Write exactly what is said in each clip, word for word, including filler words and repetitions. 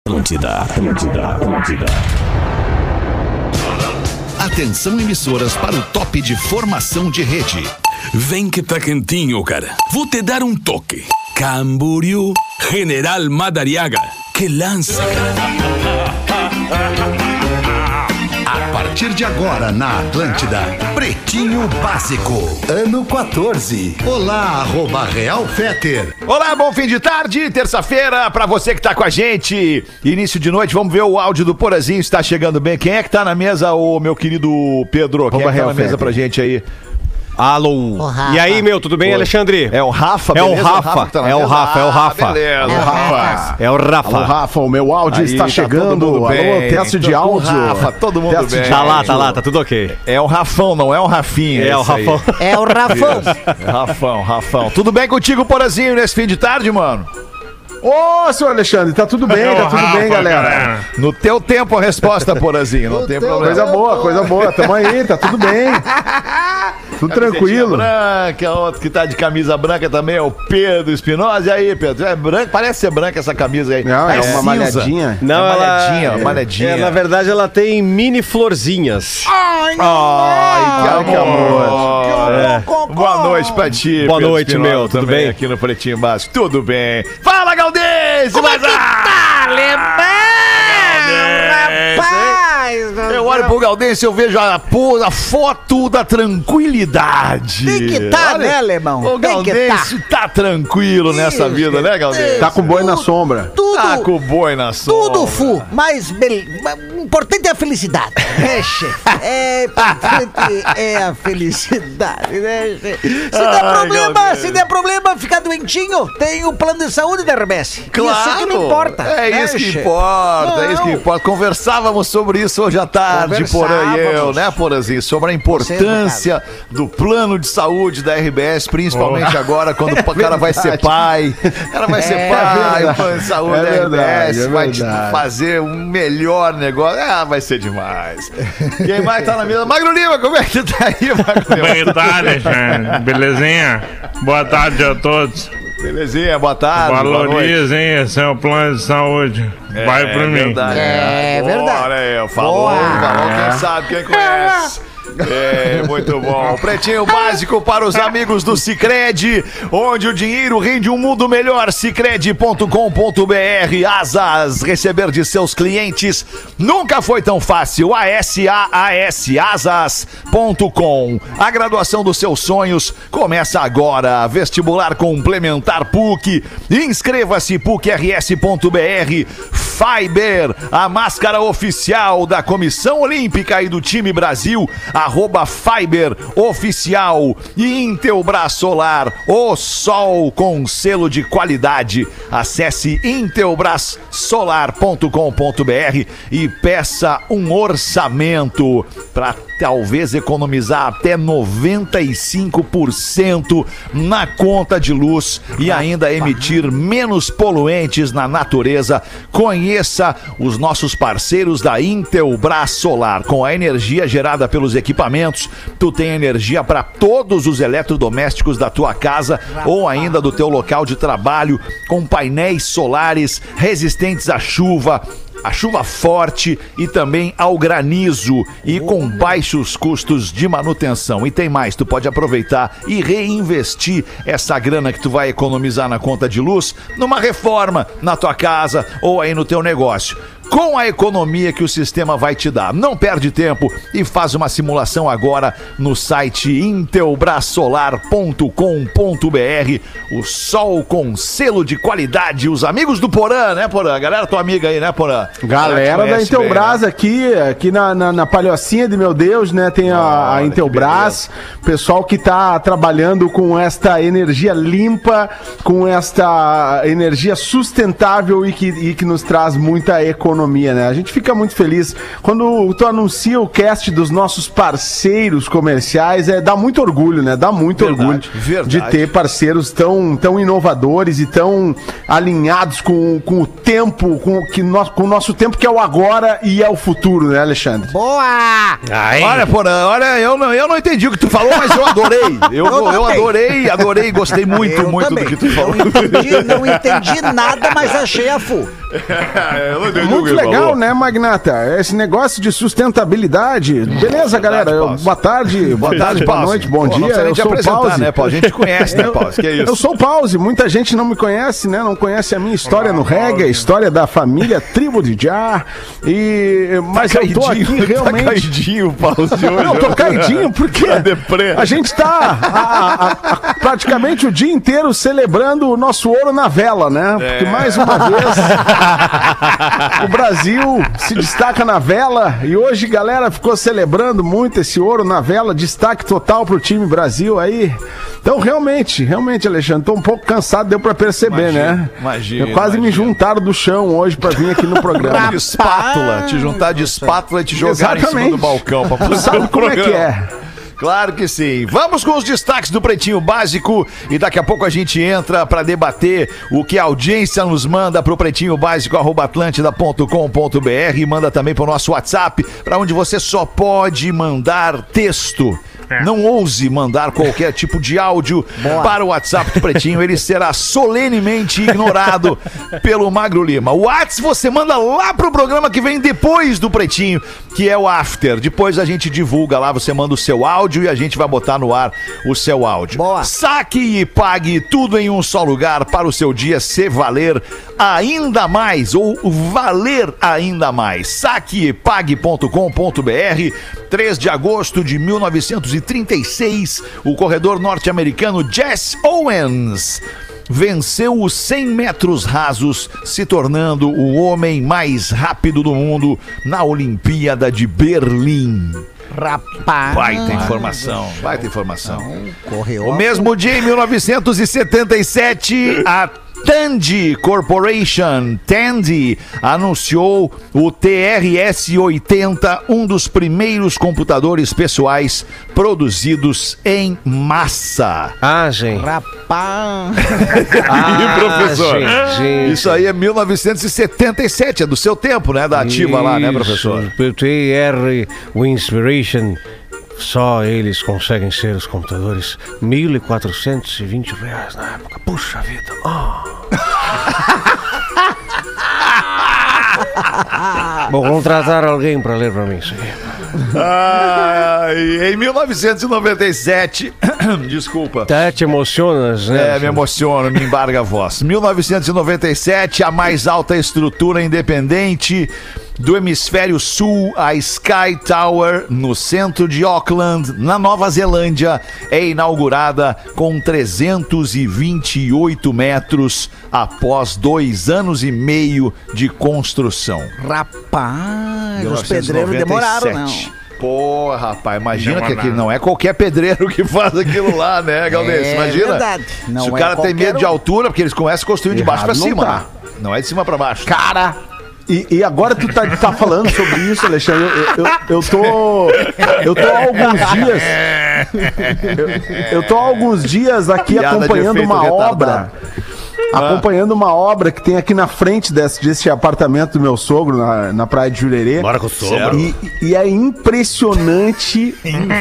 Atlântida, Atlântida, Atlântida. Atenção, emissoras, para o top de formação de rede. Vem que tá quentinho, cara. Vou te dar um toque. Camboriú, General Madariaga, que lança. A partir de agora, na Atlântida, Pretinho Básico, ano quatorze. Olá, arroba Real Fetter. Olá, bom fim de tarde, terça-feira, pra você que tá com a gente. Início de noite, vamos ver o áudio do Porazinho, se tá chegando bem. Quem é que tá na mesa, ô meu querido Pedro? Quem é que tá na mesa pra gente aí? Alô. E aí, meu, tudo bem, Oi. Alexandre? É o Rafa, É o beleza? Rafa, tá é o Rafa, é o Rafa. Ah, beleza, é o Rafa. É o Rafa. Alô, Rafa, o meu áudio Aí, está tá chegando. todo mundo bem. Alô, teste de áudio. Rafa, todo mundo Teste bem. de Tá lá, áudio. tá lá, tá tudo ok. É o Rafão, não é o Rafinha. É o esse aí. Rafão. É o Rafão. É Rafão, Rafão. Tudo bem contigo, Porazinho, nesse fim de tarde, mano? Ô, senhor Alexandre, tá tudo bem, tá tudo bem, galera. No teu tempo a resposta, Porazinho, não tem problema. Coisa boa, coisa boa, tamo aí, tá tudo bem. Tudo tranquilo. Branca, outro que tá de camisa branca também é o Pedro Espinosa. E aí, Pedro? É branco? Parece ser branca essa camisa aí. Não, é uma cinza. malhadinha. Não, é ela- malhadinha, é- malhadinha. É, na verdade, ela tem mini florzinhas. Ai, que Ai, que amor. É. Boa noite pra ti, Boa Pedro noite, Espinosa, meu, tudo também bem? aqui no Pretinho Básico. Tudo bem. Fala, Galdês! Como é que tá, Rapaz, Eu olho pro Galdês e eu vejo a, pô, a foto da tranquilidade. Tem que tá, né, alemão? O Tem que Galdês tá tranquilo nessa Isso, vida, né, Galdês? Tá com boi na sombra. Tudo, Tá com o boi na sombra. tudo fu, mas bel... o importante é a felicidade, né, che? É importante é a felicidade, né, che? Se der Ai, problema, Galdês. se der problema, ficar doentinho, tem o plano de saúde da R B S. Claro, Isso que não importa. É né, isso que che? importa, é isso que Não. importa. Conversávamos sobre isso hoje à tarde, Porã e eu, Conversávamos. né, Porazinho? Sobre a importância do plano de saúde da R B S, principalmente agora, quando o cara vai ser pai. O cara vai ser É pai, o verdade. plano de saúde É da R B S verdade, é vai te verdade. fazer um melhor negócio. Ah, vai ser demais. Quem mais tá na mesa? Magro Lima, como é que tá aí, Magro Lima? Boa tarde, Alexandre. Belezinha? Boa tarde a todos. Belezinha, boa tarde. boa noite. Valorizem esse é o plano de saúde. Vai É pra mim. verdade. É Boa, verdade. Olha aí, falou, Boa. falou, quem sabe, quem conhece. É, muito bom. Pretinho Básico para os amigos do Sicredi, onde o dinheiro rende um mundo melhor. Sicredi ponto com ponto br. Asas, receber de seus clientes nunca foi tão fácil. A S A A S, asas ponto com. A graduação dos seus sonhos começa agora. Vestibular complementar P U C. Inscreva-se P U C R S ponto br. Fiber, a máscara oficial da Comissão Olímpica e do time Brasil, arroba Fiber Oficial. E Intelbras Solar, o sol com selo de qualidade. Acesse intelbras solar ponto com ponto br e peça um orçamento para talvez economizar até noventa e cinco por cento na conta de luz e ainda emitir menos poluentes na natureza. Conheça os nossos parceiros da Intelbras Solar. Com a energia gerada pelos equipamentos, tu tem energia para todos os eletrodomésticos da tua casa ou ainda do teu local de trabalho, com painéis solares resistentes à chuva, a chuva forte e também ao granizo e com baixos custos de manutenção. E tem mais, tu pode aproveitar e reinvestir essa grana que tu vai economizar na conta de luz numa reforma na tua casa ou aí no teu negócio, com a economia que o sistema vai te dar. Não perde tempo e faz uma simulação agora no site intelbras solar ponto com ponto br. O sol com selo de qualidade. Os amigos do Porã, né, Porã? Galera, tua amiga aí, né, Porã? Galera da Intelbras bem, né? aqui, aqui na, na, na palhocinha de meu Deus, né? Tem a, a Olha, Intelbras, pessoal que tá trabalhando com esta energia limpa, com esta energia sustentável e que, e que nos traz muita economia, né? A gente fica muito feliz quando tu anuncia o cast dos nossos parceiros comerciais, é, dá muito orgulho, né? Dá muito Verdade, orgulho verdade. de ter parceiros tão, tão inovadores e tão alinhados com, com o tempo, com o que nós, com o nosso tempo, que é o agora e é o futuro, né, Alexandre? Boa! Ai. Olha, Porã, olha, eu não, eu não entendi o que tu falou, mas eu adorei. Eu, eu, também. adorei, adorei, gostei muito, Eu muito também. do que tu falou. Não entendi, não entendi nada, mas achei a fu. Muito legal, né, Magnata? Esse negócio de sustentabilidade. Beleza, galera? Eu, boa tarde, boa tarde, boa noite, bom Pô, dia. Eu sou o Pause. Né, Pause? A gente conhece, né, Pause? Que é isso? Eu sou o Pause. Muita gente não me conhece, né? Não conhece a minha história no reggae, a história da família Tribo de Jah. E... Mas tá eu tô aqui realmente... Tá caidinho, Pause, hoje. Não, tô caidinho porque Tá a gente tá a, a, a, praticamente o dia inteiro celebrando o nosso ouro na vela, né? Porque mais uma vez o Brasil se destaca na vela e hoje, galera, ficou celebrando muito esse ouro na vela, destaque total pro time Brasil aí. Então, realmente, realmente, Alexandre, tô um pouco cansado, deu pra perceber, imagina, né? Imagina. Eu quase imagina. me juntaram do chão hoje pra vir aqui no programa. De espátula, te juntar de espátula e te jogar Exatamente. em cima do balcão pra Tu sabe como é que é. Claro que sim. Vamos com os destaques do Pretinho Básico e daqui a pouco a gente entra para debater o que a audiência nos manda pro pretinho básico arroba atlântida ponto com ponto br e manda também pro nosso WhatsApp, para onde você só pode mandar texto. Não ouse mandar qualquer tipo de áudio Boa. para o WhatsApp do Pretinho, ele será solenemente ignorado pelo Magro Lima. O WhatsApp você manda lá pro programa que vem depois do Pretinho, que é o After. Depois a gente divulga lá, você manda o seu áudio e a gente vai botar no ar o seu áudio. Boa. Saque e pague tudo em um só lugar para o seu dia se valer ainda mais ou valer ainda mais. saque e pague ponto com ponto br. três de agosto de mil novecentos e trinta e seis, o corredor norte-americano Jesse Owens venceu os cem metros rasos, se tornando o homem mais rápido do mundo na Olimpíada de Berlim. Rapaz. Baita informação, baita informação. Correu. O mesmo dia, em mil novecentos e setenta e sete, a Tandy Corporation, Tandy, anunciou o T R S oitenta, um dos primeiros computadores pessoais produzidos em massa. Ah, gente. Rapaz. Ah, professor. Gente, gente. Isso aí é mil novecentos e setenta e sete, é do seu tempo, né? Da ativa Isso, lá, né, professor? O T R, o Inspiration, só eles conseguem ser os computadores. mil e quatrocentos e vinte reais na época. Puxa vida. Oh. Vou contratar alguém para ler para mim isso aí. Ah, em mil novecentos e noventa e sete, desculpa. Tá, te emocionas, né? É, me emociono, me embarga a voz. mil novecentos e noventa e sete, a mais alta estrutura independente do hemisfério sul, a Sky Tower, no centro de Auckland, na Nova Zelândia, é inaugurada com trezentos e vinte e oito metros após dois anos e meio de construção. Rapaz, os pedreiros demoraram, não. Pô, rapaz, imagina Não, que aquilo não. não é qualquer pedreiro que faz aquilo lá, né, Galdês? É Imagina. verdade. Não Se o é cara tem qualquer medo de um. altura, porque eles começam construindo de baixo pra Errado não cima, tá. né? Não é de cima pra baixo. Cara, e, e agora tu tá, tá falando sobre isso, Alexandre. Eu, eu, eu tô. Eu tô há alguns dias. Eu, eu tô há alguns dias aqui Piada de acompanhando efeito uma retardado. obra. Acompanhando uma obra que tem aqui na frente desse, desse apartamento do meu sogro, na, na Praia de Jurerê. Bora com o sogro. E, e é impressionante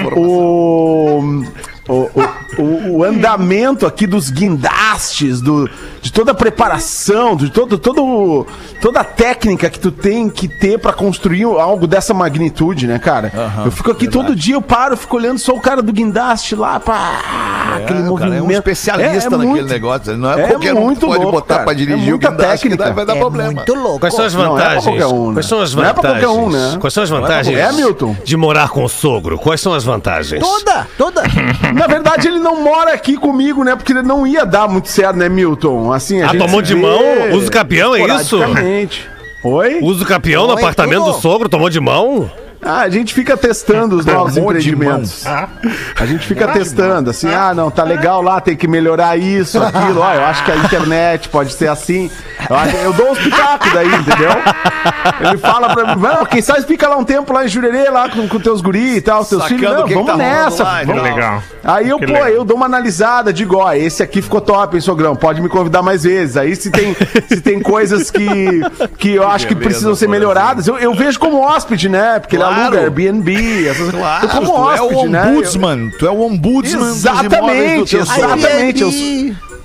o, o, o, o, o andamento aqui dos guindastes, do, de toda a preparação, de todo, todo, toda a técnica que tu tem que ter pra construir algo dessa magnitude, né, cara? Aham, eu fico aqui verdade. todo dia, eu paro, fico olhando só o cara do guindaste lá, pá, É, aquele o cara movimento. é um especialista É- é naquele muito- negócio. Não é, é qualquer um que muito pode louco, botar cara. pra É dirigir o muita guindaste que técnica. vai dar É problema. muito louco. Quais são as Não é pra vantagens? qualquer um, né? Quais são as Não é pra vantagens? qualquer um, né? Quais são as pra vantagens? qualquer- É, Milton? De morar com o sogro. Quais são as vantagens? Toda, toda. Na verdade, ele não mora aqui comigo, né? Porque ele não ia dar muito certo, né, Milton? Assim, a Ah, gente tomou se de vê mão? Usa o capião, é isso? esporadicamente. Oi? Usa o capião no Oi, apartamento tudo? do sogro, tomou de mão? Ah, a gente fica testando os novos Tomou de empreendimentos. A gente fica testando, assim, ah, não, tá legal lá, tem que melhorar isso, aquilo. Ó, eu acho que a internet pode ser assim. Eu, acho- eu dou uns pitacos daí, entendeu? Ele fala pra mim, não, quem sabe fica lá um tempo lá em Jurerê, lá com, com teus guri e tal, teus Sacando filhos. Não, o que que vamos tá rolando nessa. lá, vamos- Que legal. Aí eu, Que pô, legal. eu dou uma analisada, digo, ó, esse aqui ficou top, hein, sogrão, pode me convidar mais vezes. Aí se tem, se tem coisas que, que eu acho que beleza, precisam ser Florenzinho. melhoradas, eu, eu vejo como hóspede, né? Porque Claro. ele aluga Airbnb, essas Claro, eu como tu é o hóspede, né? ombudsman. Tu é o ombudsman dos imóveis do Exatamente, teu exatamente. sogro. Eu, Aí,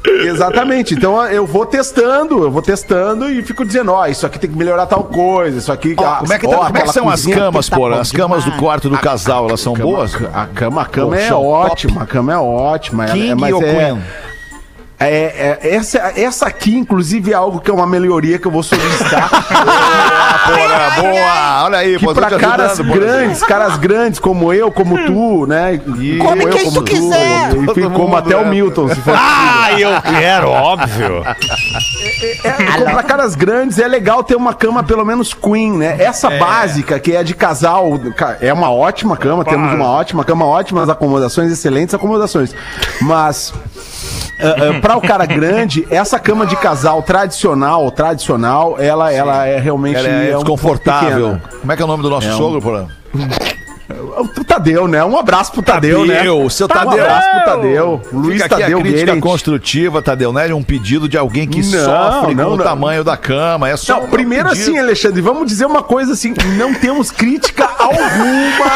Exatamente. Então eu vou testando, eu vou testando e fico dizendo, ó, isso aqui tem que melhorar tal coisa, isso aqui... Ó, como é que, tá, como é que são as camas, pô? As camas do quarto do casal, elas são cama, boas? A cama, a cama Pô, é são ótima, top. a cama é ótima. King é, mas ou é, Queen? É, é, essa, essa aqui, inclusive, é algo que é uma melhoria que eu vou solicitar. Boa, boa! Olha aí, Que pô, tô pra te caras ajudando, pô. grandes, caras grandes como eu, como tu, né? E Come eu, quem como tu quiser. Enfim, Todo como mundo, até né? o Milton, se for Ah, eu quero, óbvio. É, como pra caras grandes é legal ter uma cama pelo menos queen, né? Essa básica, que é de casal, ca- é uma ótima cama, temos uma ótima cama, ótimas acomodações, excelentes acomodações. Mas uh, uh, para o cara grande, essa cama de casal tradicional, tradicional, ela, ela é realmente Ela é um pouco desconfortável. pequena. Como é que é o nome do nosso sogro, porra? O Tadeu, né? Um abraço pro Tadeu, né? Tadeu, seu Um Tadeu. abraço pro Tadeu. Luiz Fica aqui Tadeu a crítica Guerente. construtiva, Tadeu, né? Um pedido de alguém que Não, sofre não, com o não. tamanho da cama. É só Não, um primeiro pedido. assim, Alexandre, vamos dizer uma coisa assim, não temos crítica alguma,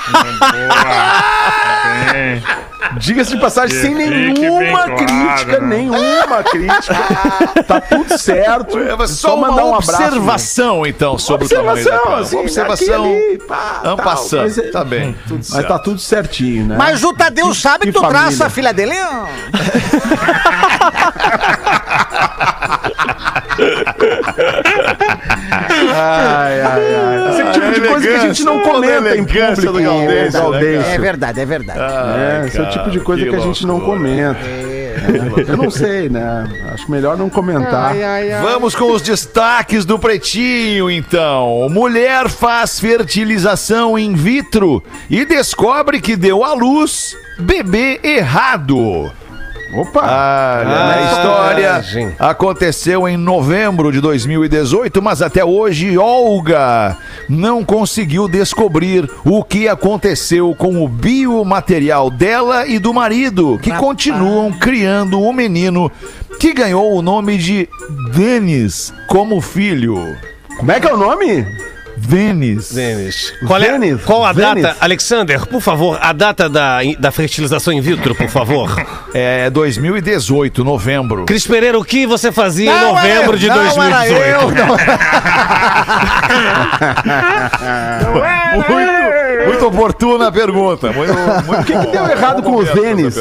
Tem. diga-se de passagem, sem Fique bem nenhuma claro, crítica, né? nenhuma crítica, tá tudo certo, É só uma mandar um abraço, observação, então, sobre o tamanho da observação, cama. assim, observação aqui, ali, pá, tal, ampassando. mas é- Tá bem, tudo mas certo. tá tudo certinho, né? Mas o Tadeu sabe que tu família. traça a filha dele? Ai, ai, ai. Esse é o tipo de coisa que a gente não elegância, comenta em elegância público, do Gaudêncio, né, Gaudêncio? É verdade, é verdade. É, esse é o tipo de coisa que que a gente não loucura. comenta. É, eu não sei, né? Acho melhor não comentar. Vamos com os destaques do Pretinho, então. Mulher faz fertilização in vitro e descobre que deu à luz bebê errado. Opa! Olha, Ah, a história sim. aconteceu em novembro de dois mil e dezoito, mas até hoje Olga não conseguiu descobrir o que aconteceu com o biomaterial dela e do marido, que continuam criando um menino que ganhou o nome de Denis como filho. Como é que é o nome? Denis. Denis. Qual, é, Denis, qual a Denis. data, Alexander, por favor, a data da, da fertilização in vitro, por favor. É dois mil e dezoito, novembro. Cris Pereira, o que você fazia em Não era novembro eu, de não dois mil e era dezoito? eu, não Muito, muito oportuna a pergunta. Muito, muito O que, que deu errado com os Denis?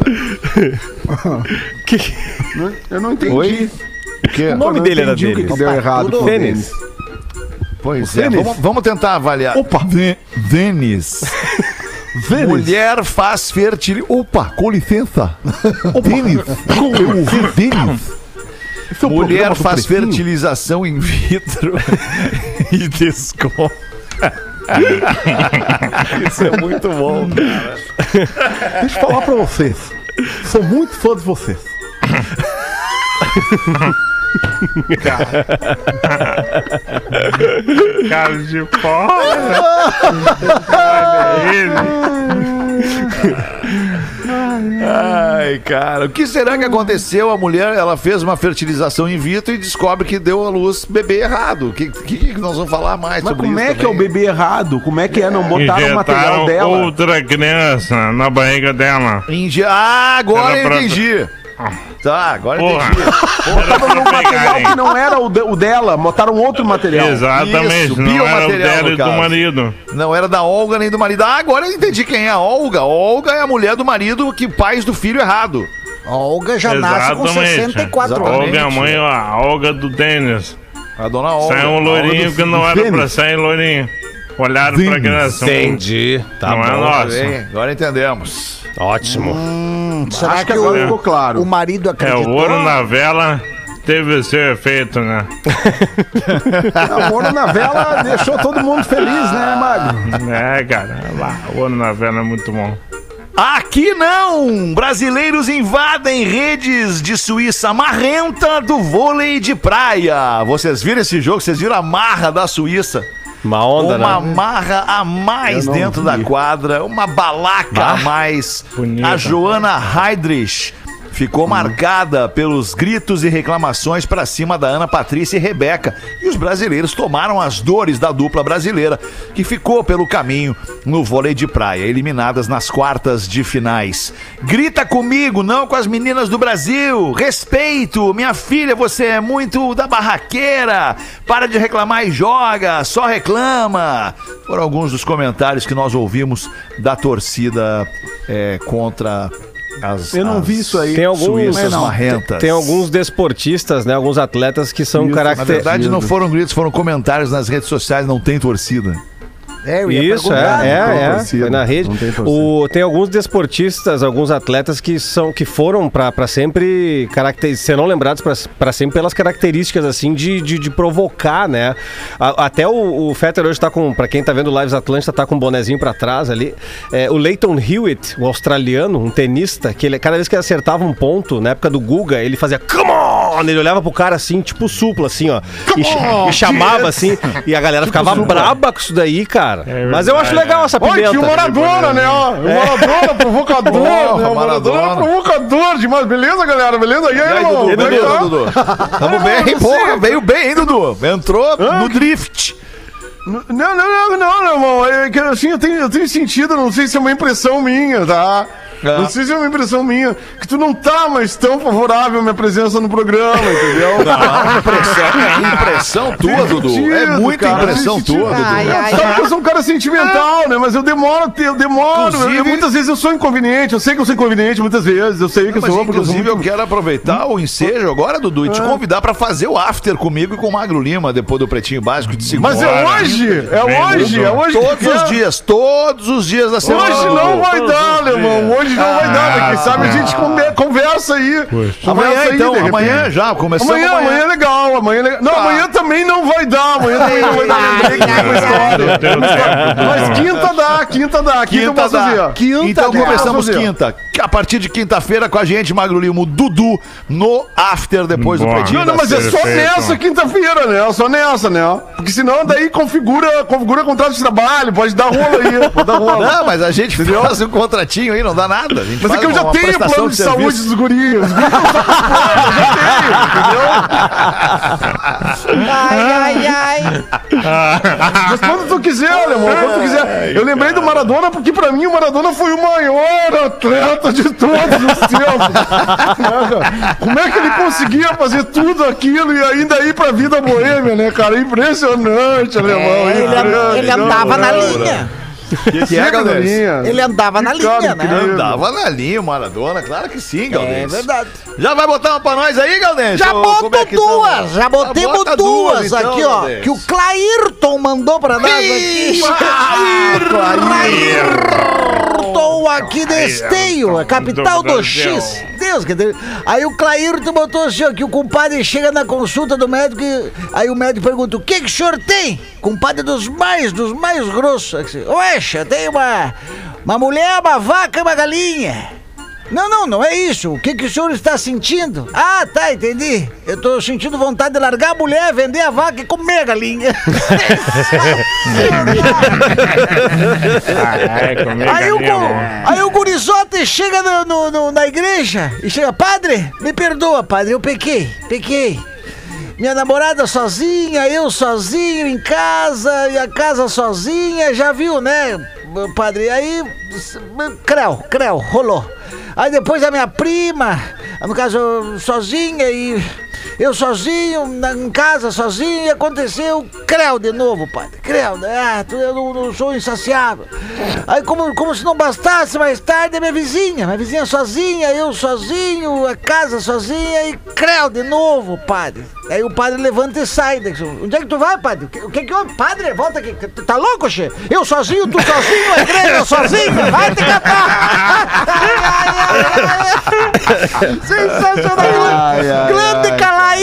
Que- Eu não entendi. Oi? O quê? O nome Eu não dele era entendi o que, Denis. que deu Opa, errado tudo com o Denis. Denis. Pois é, Denis. vamos, vamos tentar avaliar. Opa. De- Denis. Denis. Mulher faz fertilização. Opa, com licença. Denis. Eu ouvi Denis. Esse é o Mulher programa do faz Pretinho. fertilização in vitro e descobre. Isso é muito bom, cara. Deixa eu falar pra vocês. Sou muito fã de vocês. Cara de fora. Olha ele. Ai, cara, o que será que aconteceu? A mulher, ela fez uma fertilização in vitro e descobre que deu à luz bebê errado. O que, que, que nós vamos falar mais Mas sobre como isso é que é o também? bebê errado? Como é que é? Não botaram o material Injetaram dela? outra criança na barriga dela. Indi- Ah, agora Era eu pra- entendi. Tá, agora eu Porra. entendi. Botaram Era um pra material pegar, que não era o, de- o dela, botaram outro material. Exatamente, Isso, não era o biomaterial, dela no e do caso. marido. Não era da Olga nem do marido. Ah, agora eu entendi quem é a Olga. Olga é a mulher do marido que pais do filho errado. A Olga já nasce com Exatamente. sessenta e quatro Exatamente. anos. Olga, a mãe, a Olga do Denis. A dona Olga. Saiu um A Olga loirinho do- que não do era pra Denis. sair loirinho. Olharam pra criança. Entendi. Tá Não é bom. nossa. Bem, agora entendemos. Ótimo. Hum, será Acho que que, agora o, ficou claro. o marido É, acreditou? o ouro na vela teve seu efeito, né? O ouro na vela deixou todo mundo feliz, né, Magno? É, cara. Lá, o ouro na vela é muito bom. Aqui não! Brasileiros invadem redes de Suíça marrenta do vôlei de praia. Vocês viram esse jogo? Vocês viram a marra da Suíça? Uma onda, Uma né? marra a mais Eu não dentro vi. da quadra, uma balaca a mais. Bonita. A Joana Heidrich ficou marcada pelos gritos e reclamações pra cima da Ana Patrícia e Rebeca. E os brasileiros tomaram as dores da dupla brasileira, que ficou pelo caminho no vôlei de praia, eliminadas nas quartas de finais. Grita comigo, não com as meninas do Brasil. Respeito, minha filha, você é muito da barraqueira. Para de reclamar e joga, só reclama. Foram alguns dos comentários que nós ouvimos da torcida é, contra as, Eu não as vi isso aí. Tem alguns, suíças não, marrentas. tem, tem alguns desportistas, né? Alguns atletas que são Isso, Na característicos. verdade, não foram gritos, foram comentários nas redes sociais, não tem torcida. É, eu ia Isso, perguntar. é, Não tem é, é. torcida, Foi na rede. não tem torcida. O, tem alguns desportistas, alguns atletas que são que foram pra, pra sempre caracter, serão lembrados pra, pra sempre pelas características assim de, de, de provocar, né? A, até o, o Fetter hoje tá com, pra quem tá vendo Lives Atlântida, tá com um bonezinho pra trás ali. É, o Leighton Hewitt, o australiano, um tenista, que ele, cada vez que ele acertava um ponto, na época do Guga, ele fazia come on! Ele olhava pro cara assim, tipo supla, assim, ó. E, ch- e chamava assim, e a galera ficava braba com isso daí, cara. É Mas eu acho legal essa Oi, pimenta. tinha o Maradona, né? Ó. O Maradona, provocador. Porra, né? O Maradona Maradona. é provocador demais. Beleza, galera? Beleza? E aí, E aí, irmão? Dudu, Como é que beleza, tá? Dudu? Tamo bem, porra, veio bem, hein, Dudu? Entrou no drift. Não, não, não, não, não, irmão. É que assim, eu tenho, eu tenho sentido, não sei se é uma impressão minha, tá? Ah. Não sei se é uma impressão minha, que tu não tá mais tão favorável à minha presença no programa, entendeu? Impressão, impressão tua, Dudu. É Sentido, muita cara, impressão sentido. tua, Dudu. Ai, ai, Sabe que eu sou um cara sentimental, né? Mas eu demoro, a ter- eu demoro. Inclusive- Eu, muitas vezes eu sou inconveniente, eu sei que eu sou inconveniente muitas vezes, eu sei que eu Mas, sou, porque eu sou inclusive, eu muito... quero aproveitar o ensejo agora, Dudu, e te convidar pra fazer o after comigo e com o Magro Lima, depois do Pretinho Básico de segunda. Mas é hoje! É Vem, hoje! Dudu. É hoje! Todos que os é. dias, todos os dias da semana. Hoje Dudu. não vai dar, alemão. Hoje não vai dar. Quem Ah, sabe a não. gente come- conversa aí. Conversa Amanhã, aí, então, de repente. amanhã já, começamos Amanhã, amanhã. amanhã é legal. Amanhã é legal. Não, amanhã também não vai dar. Amanhã também não vai dar. Lembrei que tem uma história. Meu Deus do céu. Mas quinta dá, quinta dá. Quinta, eu Quinta posso dá. fazer. Quinta então dá. começamos Posso fazer. quinta. A partir de quinta-feira com a gente, Magro Lima, o Dudu, no after depois do Boa. Pretinho. Não, não, da mas é Sexta. só Perfeito. nessa quinta-feira, né? Só nessa, né? Porque senão daí configura, configura contrato de trabalho, pode dar rolo aí, pode dar rolo. Não, mas a gente faz um contratinho aí, não dá nada. A gente Mas é faz que eu já uma tenho prestação plano de, saúde serviço. dos guris. Os guris não são com plano, eu já tenho, entendeu? Ai, ai, ai. Mas quando tu quiser, alemão, quando tu quiser. Eu lembrei do Maradona porque pra mim o Maradona foi o maior atleta de todos os tempos. Como é que ele conseguia fazer tudo aquilo e ainda ir pra vida boêmia, né, cara? Impressionante, alemão. É, ele, impressionante. ele andava na não, linha. Que que é, galera? Ele andava na Ricardo, linha, né? querido. Andava na linha o Maradona, claro que sim, É Galdêncio. verdade. Já vai botar uma pra nós aí, Galdêncio? Já Ou botou como é que duas, tamo? já botemos bota duas, então, aqui, ó. Galdêncio. Que o Clairton mandou pra nós aqui. Clairton aqui de Esteio, a capital do X. Deus, que Deus. Aí o Clairton botou assim, ó, que o compadre chega na consulta do médico e aí o médico pergunta, o que que o senhor tem? Compadre dos mais, dos mais grossos. Assim, Oxe, eu tenho uma, uma mulher, uma vaca e uma galinha. Não, não, não é isso. O que, que o senhor está sentindo? Ah, tá, entendi. Eu tô sentindo vontade de largar a mulher, vender a vaca e comer a galinha. Ai, comer Aí o, galinha, gu- bom. aí o gurizote chega no, no- no- na igreja e chega, padre, me perdoa, padre, eu pequei, pequei. Minha namorada sozinha, eu sozinho em casa e a casa sozinha, já viu, né, padre? Aí, creu, creu, rolou. Aí depois a minha prima, no caso, sozinha e eu sozinho, na, em casa sozinho, e aconteceu, creu de novo, padre, creu, ah, tu- eu não, não sou insaciável. Aí como, como se não bastasse, mais tarde a minha vizinha, minha vizinha sozinha, eu sozinho, a casa sozinha e creu de novo, padre. Aí o padre levanta e sai. Diz, onde é que tu vai, padre? O que, o que que houve? Padre, volta aqui. Tu tá louco, che? Eu sozinho, tu sozinho, a igreja sozinho. Vai te catar. Sensacional. Ai, ai, Grande ai, Calairton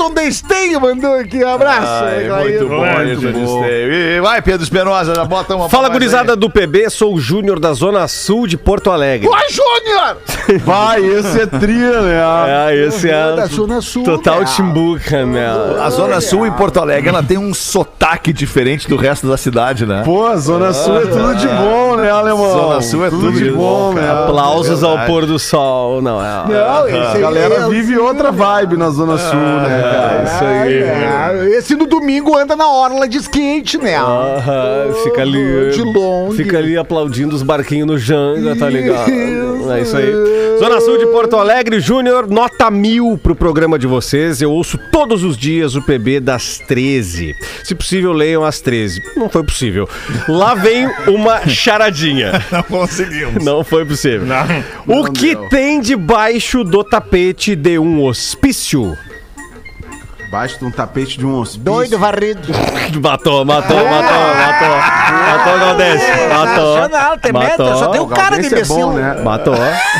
Ayrton Desteio mandou aqui, um abraço. Ai, Ayrton. muito bom, Muito Ayrton bom. Desteio. E vai, Pedro Espinosa, já bota uma. Fala, pra nós gurizada aí. do P B, sou o Júnior da Zona Sul de Porto Alegre. Vai, Júnior! Vai, esse é tria, né? Ah, esse é Da Zona Sul, total meu. Timbuca, meu. A Zona Sul em Porto Alegre, ela tem um sotaque diferente do resto da cidade, né? Pô, a Zona Sul é tudo de bom, né, alemão? Zona Sul é tudo de bom, né? cara. Aplausos É ao verdade. pôr do sol, não é? Não, esse A aí galera é- vive outra vibe na Zona Sul, né, cara? Isso aí. Ah, esse no domingo anda na orla de skate, né? Aham, fica ali. De longe. Fica ali aplaudindo os barquinhos no Janga, tá ligado? É isso aí. Zona Sul de Porto Alegre, Júnior, nota mil pro programa de vocês. Eu ouço todos os dias o P B das treze. Se possível, leiam às treze. Não foi possível. Lá vem uma charadinha. Não conseguimos. Não foi possível. Não. O que tem debaixo do tapete de um hospício? Baixo de um tapete de um hospício. Doido varrido. Matou, matou, matou, matou. Matou o Galdês. Matou. Nacional, tem meta, só tem um cara de Esse é bom, imbecil. né? Matou.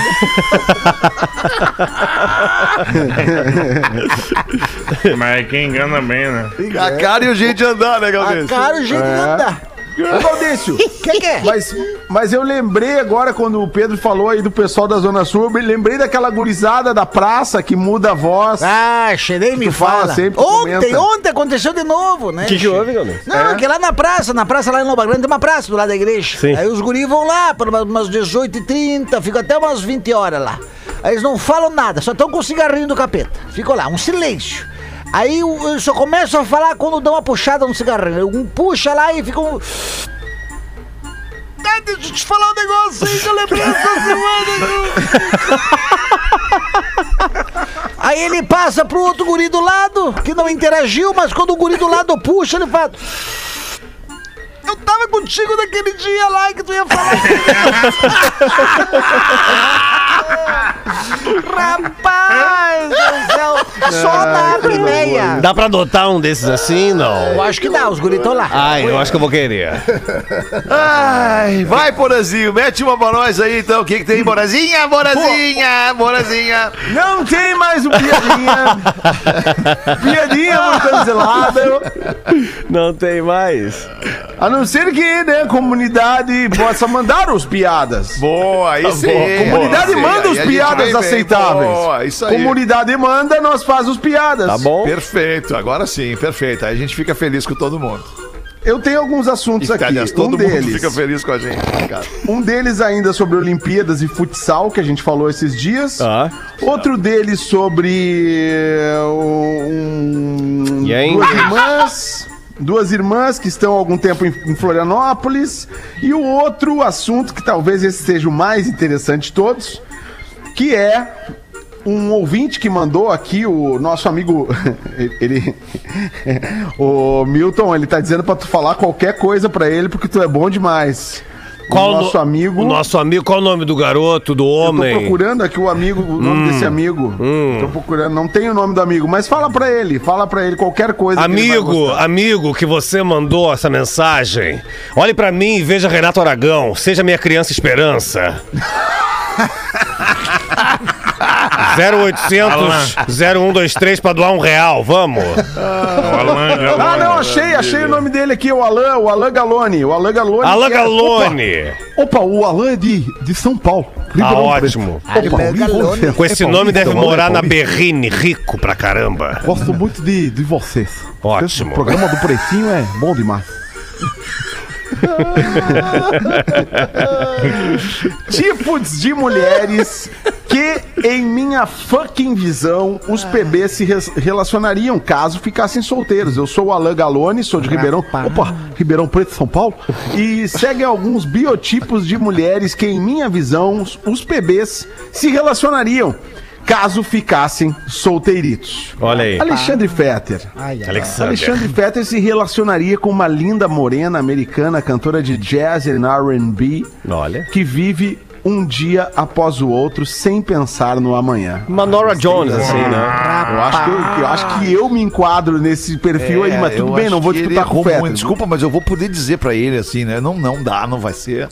Mas quem engana bem, né? A cara e o jeito de andar, né, A Galdês? cara e o jeito de andar. Ô, Galdêncio, Que que é? mas, mas eu lembrei agora, quando o Pedro falou aí do pessoal da Zona Sul, eu me lembrei daquela gurizada da praça que muda a voz. Ah, cheirei me Tu fala fala. sempre, Ontem, comenta. ontem aconteceu de novo, né? O que, que houve, Galdês? Não, que lá na praça, na praça lá em Lomba Grande tem uma praça do lado da igreja. Sim. Aí os guris vão lá por umas- umas dezoito e trinta, ficam até umas vinte horas lá. Aí eles não falam nada, só estão com o cigarrinho do capeta. Ficam lá, um silêncio. Aí o- eu só começo a falar quando dão uma puxada no cigarrinho. Um puxa lá e fica um... Ah, deixa eu te falar um negócio aí que eu lembrei essa semana. Aí ele passa pro outro guri do lado, que não interagiu, mas quando o guri do lado puxa, ele fala... Eu tava contigo naquele dia lá que tu ia falar. Rapaz do céu, só na primeira. Dá pra adotar um desses assim? Não. Eu acho que dá, os guris estão lá. Ai, eu acho que eu vou querer. Ai, vai, Borazinho, mete uma pra nós aí, então. O que que tem, Borazinha? Borazinha, Borazinha. Não tem mais o piadinha. Piadinha foi cancelada. Não tem mais. A não ser que, né, a comunidade possa mandar os piadas. Boa, aí sim. Comunidade Sim, manda aí os a gente piadas vem bem. aceitáveis. Boa, isso aí. Comunidade manda, nós faz os piadas. Tá bom? Perfeito, agora sim, perfeito. Aí a gente fica feliz com todo mundo. Eu tenho alguns assuntos E, aqui. aliás, todo um mundo deles. fica feliz com a gente, cara. Um deles ainda sobre Olimpíadas e futsal, que a gente falou esses dias. Tá. Outro deles sobre eh, um, E aí? duas irmãs. Duas irmãs que estão há algum tempo em, em Florianópolis. E o outro assunto, que talvez esse seja o mais interessante de todos, que é um ouvinte que mandou aqui, o nosso amigo, ele, o Milton, ele tá dizendo pra tu falar qualquer coisa pra ele, porque tu é bom demais. Qual o nosso no- amigo... O nosso amigo, qual o nome do garoto, do Eu tô homem? procurando aqui o amigo, o nome desse amigo. Tô procurando, não tem o nome do amigo, mas fala pra ele, fala pra ele qualquer coisa. que ele vai Amigo, gostar. amigo que você mandou essa mensagem, olhe pra mim e veja Renato Aragão, seja minha criança esperança. zero oitocentos, zero um dois três pra doar um real, vamos. O Alan já Ah, não, achei, achei o nome dele aqui, o Alan, o Alan Galone. O Alan Galone. Alan que é- Galone. Opa, opa, o Alan é de, de São Paulo. Ah, ótimo. Alan Galone. Com esse nome deve morar na Berrine, rico pra caramba. Gosto muito de, de vocês. Ótimo. O programa do Pretinho é bom demais. Tipos de mulheres que, em minha fucking visão, os P Bs se res- relacionariam caso ficassem solteiros. Eu sou o Alan Galone, sou de Ribeirão. Opa, Ribeirão Preto, São Paulo. E seguem alguns biotipos de mulheres que, em minha visão, os- os P Bs se relacionariam caso ficassem solteiritos. Olha aí. Alexandre Fetter. Alexander. Alexandre Fetter se relacionaria com uma linda morena americana, cantora de jazz e R and B, Olha. que vive um dia após o outro sem pensar no amanhã. Uma Nora Jones, assim, né? Eu acho que eu, eu acho que eu me enquadro nesse perfil aí, mas É, tudo eu bem, acho não vou que ele disputar com o errou Fetter. muito. Desculpa, mas eu vou poder dizer pra ele assim, né? Não, não dá, não vai ser.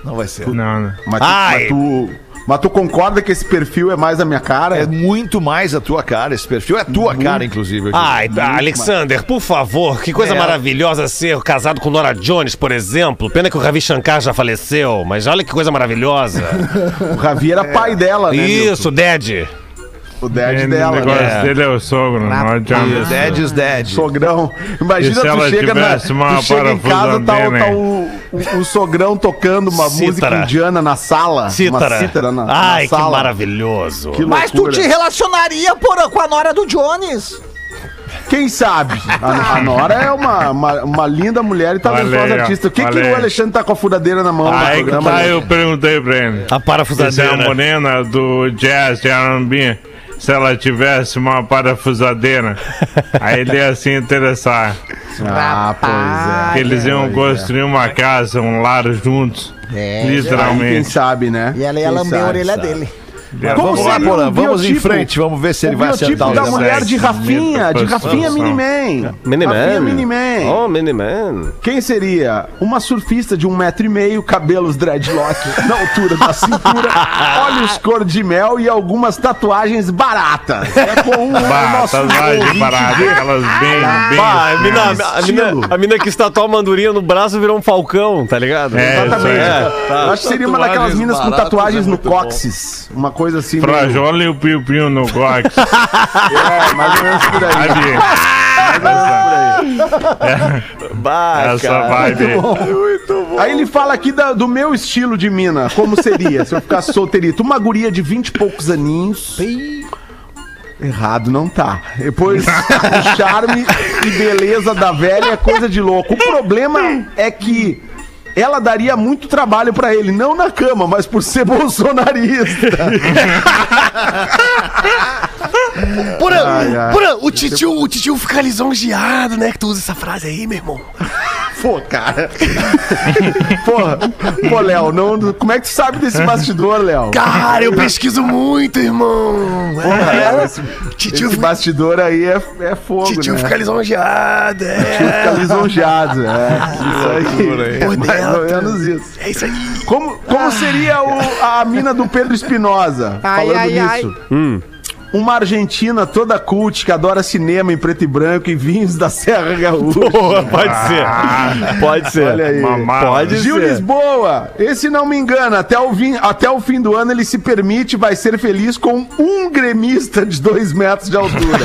Não vai ser. Não, não. Mas tu, mas, tu, mas tu concorda que esse perfil é mais a minha cara? É muito mais a tua cara, esse perfil é a tua Muito. cara, inclusive. eu digo. Ai, tá, Alexander, por favor, que coisa É. maravilhosa ser casado com Nora Jones, por exemplo. Pena que o Ravi Shankar já faleceu, mas olha que coisa maravilhosa. O Ravi era pai dela, né? Isso, Dad. Milton? O dad O dela, negócio né? dele é o sogro, não adianta. Dead is dead. Sogrão. Imagina E se tu ela chega, na, tivesse uma tu chega em casa, tá, o- parafusadeira, tá o, o, o sogrão tocando uma música Cítara. indiana na sala. Uma Cítara. cítara na, Ai, na que sala. maravilhoso. Que Mas tu loucura. te relacionaria, porra, com a nora do Jones? Quem sabe? A, a Nora é uma, uma, uma linda mulher e talentosa Olha aí, ó. artista. O que, que Olha o aí. Alexandre tá com a furadeira na mão no Aí que programa? tá, né? eu perguntei pra ele. A Se é a parafusadeira. morena do jazz de R and B, se ela tivesse uma parafusadeira, aí ele ia se interessar. Ah, pois é. Que eles iam pois é. construir uma casa, um lar juntos. É, Aí, quem literalmente. sabe, né? E ela ia Quem lamber a sabe, orelha sabe. dele. Como Vamos lá, seria Porã, o vamos em biotipo- frente, vamos ver se ele O vai biotipo acertar o da dezessete. mulher de Rafinha, de Rafinha Miniman. Miniman. Rafinha Miniman. Oh, Miniman. Quem seria? Uma surfista de um metro e meio, cabelos dreadlock na altura da cintura, olhos cor de mel e algumas tatuagens baratas. É com o Bah, nosso tatuagem ouvinte barata, ver. aquelas bem, bem. Pá, a mina, a, estilo. mina, a mina que estatua uma andorinha no braço virou um falcão, tá ligado? É, Exatamente. isso tá. Eu acho que seria uma daquelas Tatuagens minas com baratas tatuagens é no muito cóccix. Uma coisa assim. meio- Frajola e o piu-piu no cox. É, mais ou menos por aí. Bah, Essa cara. vibe. Aí ele fala aqui da- do meu estilo de mina, como seria se eu ficasse solteirito. Uma guria de vinte e poucos aninhos. Errado não tá. Depois, o charme e beleza da velha é coisa de louco. O problema é que ela daria muito trabalho pra ele, não na cama, mas por ser bolsonarista. Porã, Ai, ai. porã, o titio, o titio fica lisonjeado, né? Que tu usa essa frase aí, meu irmão. Pô, cara. Porra, pô, Léo, não, como é que tu sabe desse bastidor, Léo? Cara, eu pesquiso muito, irmão. Porra, É, Léo, esse, titio esse fica- bastidor aí é, é fogo, titio né? fica lisonjeado, Titio é. fica lisonjeado, é. Isso aí. Por É mais ou dentro. menos isso. É isso aí. Como, como seria o- a mina do Pedro Espinosa? Falando ai, ai. nisso. Uma argentina toda cult que adora cinema em preto e branco e vinhos da Serra Gaúcha. Porra, pode ser. Pode ser. Olha aí. Mamada. Pode Gil ser. Lisboa, esse não me engana, até o, vim- até o fim do ano ele se permite, vai ser feliz com um gremista de dois metros de altura.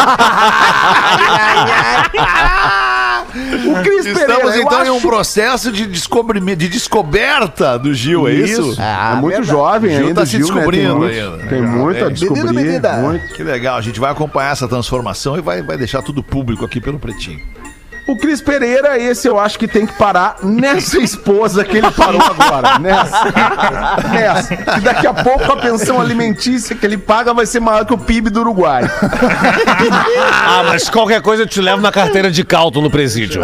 O Cris Estamos Pereira, eu então em um acho- processo de, descobrimento, de descoberta do Gil, é isso? é muito jovem Gil ainda, tá se Gil, né? descobrindo Tem muito, ainda. tem Legal, muito a bem. descobrir. Menino, menina. Muito. Que legal, a gente vai acompanhar essa transformação e vai, vai deixar tudo público aqui pelo Pretinho. O Cris Pereira, esse eu acho que tem que parar nessa esposa que ele parou agora. Nessa. Nessa. Que daqui a pouco a pensão alimentícia que ele paga vai ser maior que o P I B do Uruguai. Ah, mas qualquer coisa eu te levo na carteira de cálton no presídio.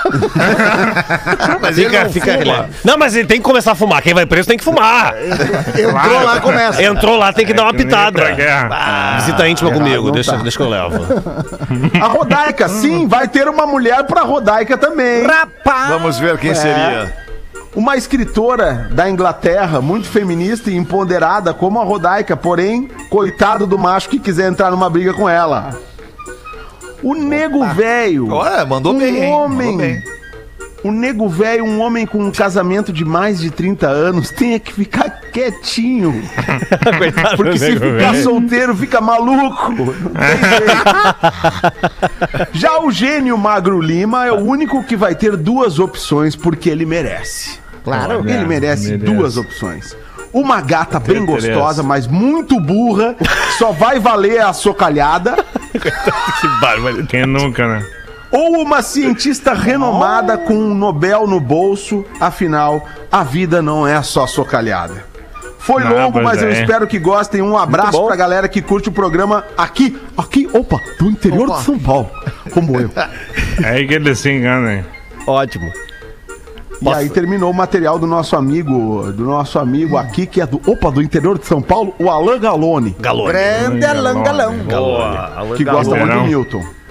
Mas Fica, não fica fuma. relé- Não, mas ele tem que começar a fumar. Quem vai preso tem que fumar. Entrou lá, começa. Entrou lá, tem que dar uma que nem pra pitada. guerra. Ah, visita íntima errado comigo, não deixa, tá. deixa que eu levo. A Rodaica, sim, vai ter uma mulher pra Rodaica também. Rapaz. Vamos ver quem seria. Uma escritora da Inglaterra, muito feminista e empoderada como a Rodaica, porém, coitado do macho que quiser entrar numa briga com ela. O nego velho. Olha, mandou um bem, hein? homem. Mandou bem. O nego velho, um homem com um casamento de mais de trinta anos, tem que ficar quietinho. Coitado Porque do se nego ficar velho. solteiro, fica maluco. Não tem jeito. Já o gênio Magro Lima é o único que vai ter duas opções porque ele merece. Claro. Ele merece, merece. duas opções. Uma gata bem interessa. gostosa, mas muito burra, que só vai valer a socalhada. Que bárbaro. Quem nunca, né? Ou uma cientista renomada com um Nobel no bolso. Afinal, a vida não é só socalhada. Foi Não, longo, pois mas eu é. espero que gostem. Um abraço bom. pra galera que curte o programa aqui, aqui, opa, do interior de São Paulo, como eu. É aí que eles se enganam, hein? Ótimo. E aí terminou o material do nosso amigo, do nosso amigo aqui, que é do, opa, do interior de São Paulo, o Alan Galone, Galone. Grande Alan Galão. Boa. que gosta muito do Verão. Milton.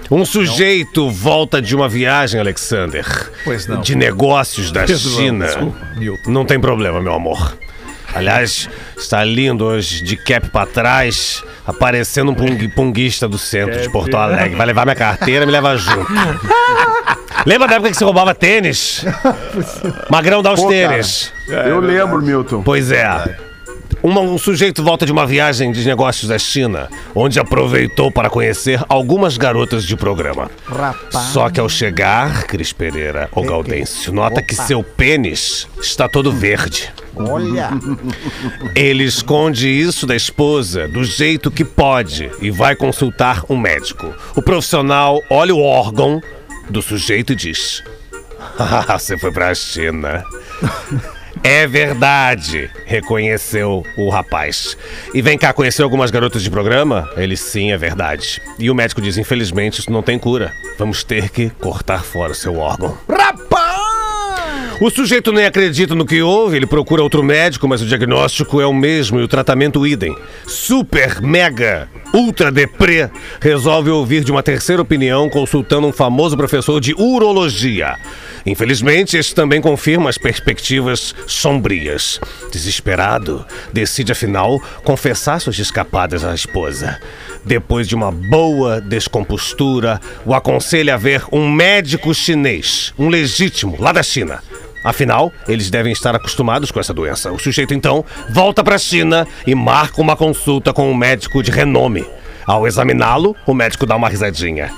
Um sujeito volta de uma viagem, Alexander. Pois não. De negócios da Pois não, China. desculpa, Milton. Não tem problema, meu amor. Aliás, está lindo hoje, de cap pra trás, aparecendo um pung- punguista do centro de Porto Alegre. Vai levar minha carteira e me leva junto. Lembra da época que você roubava tênis? Magrão, dá os Pô, tênis. Eu lembro, Milton. Pois é. Uma- um sujeito volta de uma viagem de negócios da China, onde aproveitou para conhecer algumas garotas de programa. Rapaz. Só que ao chegar, Cris Pereira, o Gaudêncio, nota que seu pênis está todo verde. Olha. Ele esconde isso da esposa do jeito que pode e vai consultar um médico. O profissional olha o órgão do sujeito e diz: "Ah, você foi pra China." É verdade, reconheceu o rapaz. E vem cá, conheceu algumas garotas de programa? Ele: sim, é verdade. E o médico diz: infelizmente isso não tem cura. Vamos ter que cortar fora o seu órgão. Rapaz! O sujeito nem acredita no que houve, ele procura outro médico, mas o diagnóstico é o mesmo e o tratamento idem. Super, mega, ultra deprê, resolve ouvir de uma terceira opinião consultando um famoso professor de urologia. Infelizmente, este também confirma as perspectivas sombrias. Desesperado, decide afinal confessar suas escapadas à esposa. Depois de uma boa descompostura, o aconselha a ver um médico chinês, um legítimo, lá da China. Afinal, eles devem estar acostumados com essa doença. O sujeito, então, volta para a China e marca uma consulta com um médico de renome. Ao examiná-lo, o médico dá uma risadinha.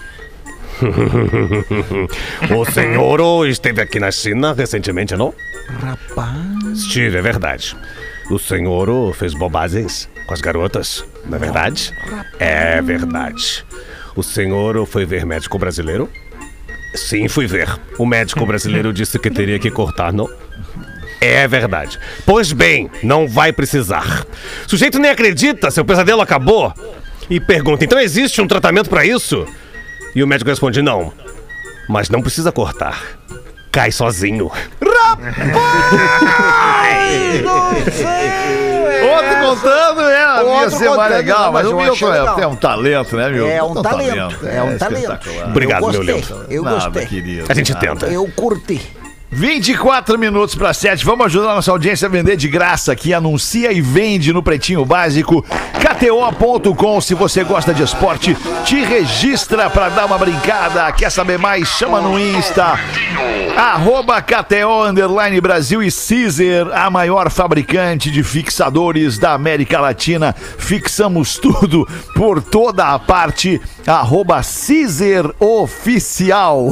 O senhor esteve aqui na China recentemente, não? Rapaz. Estive, é verdade. O senhor fez bobagens com as garotas, não é verdade? É verdade. O senhor foi ver médico brasileiro? Sim, fui ver. O médico brasileiro disse que teria que cortar, não? É verdade. Pois bem, não vai precisar. O sujeito nem acredita, seu pesadelo acabou. E pergunta: então existe um tratamento para isso? E o médico responde: não, mas não precisa cortar. Cai sozinho. Outro contando, é, ia Outro ser mais contando, legal, não, mas mas o eu Milton achei é, legal. é um talento, né, Milton? É um Tem talento, é um talento. espetacular. Obrigado, eu meu gostei, lindo. eu Nada, gostei. querido. A gente tenta. Eu curti. vinte e quatro minutos para sete. Vamos ajudar a nossa audiência a vender de graça aqui. Anuncia e vende no Pretinho Básico. K T O ponto com. Se você gosta de esporte, te registra para dar uma brincada. Quer saber mais? Chama no Insta. Arroba K T O underline Brasil e Caesar, a maior fabricante de fixadores da América Latina. Fixamos tudo por toda a parte. Arroba Caesar Oficial.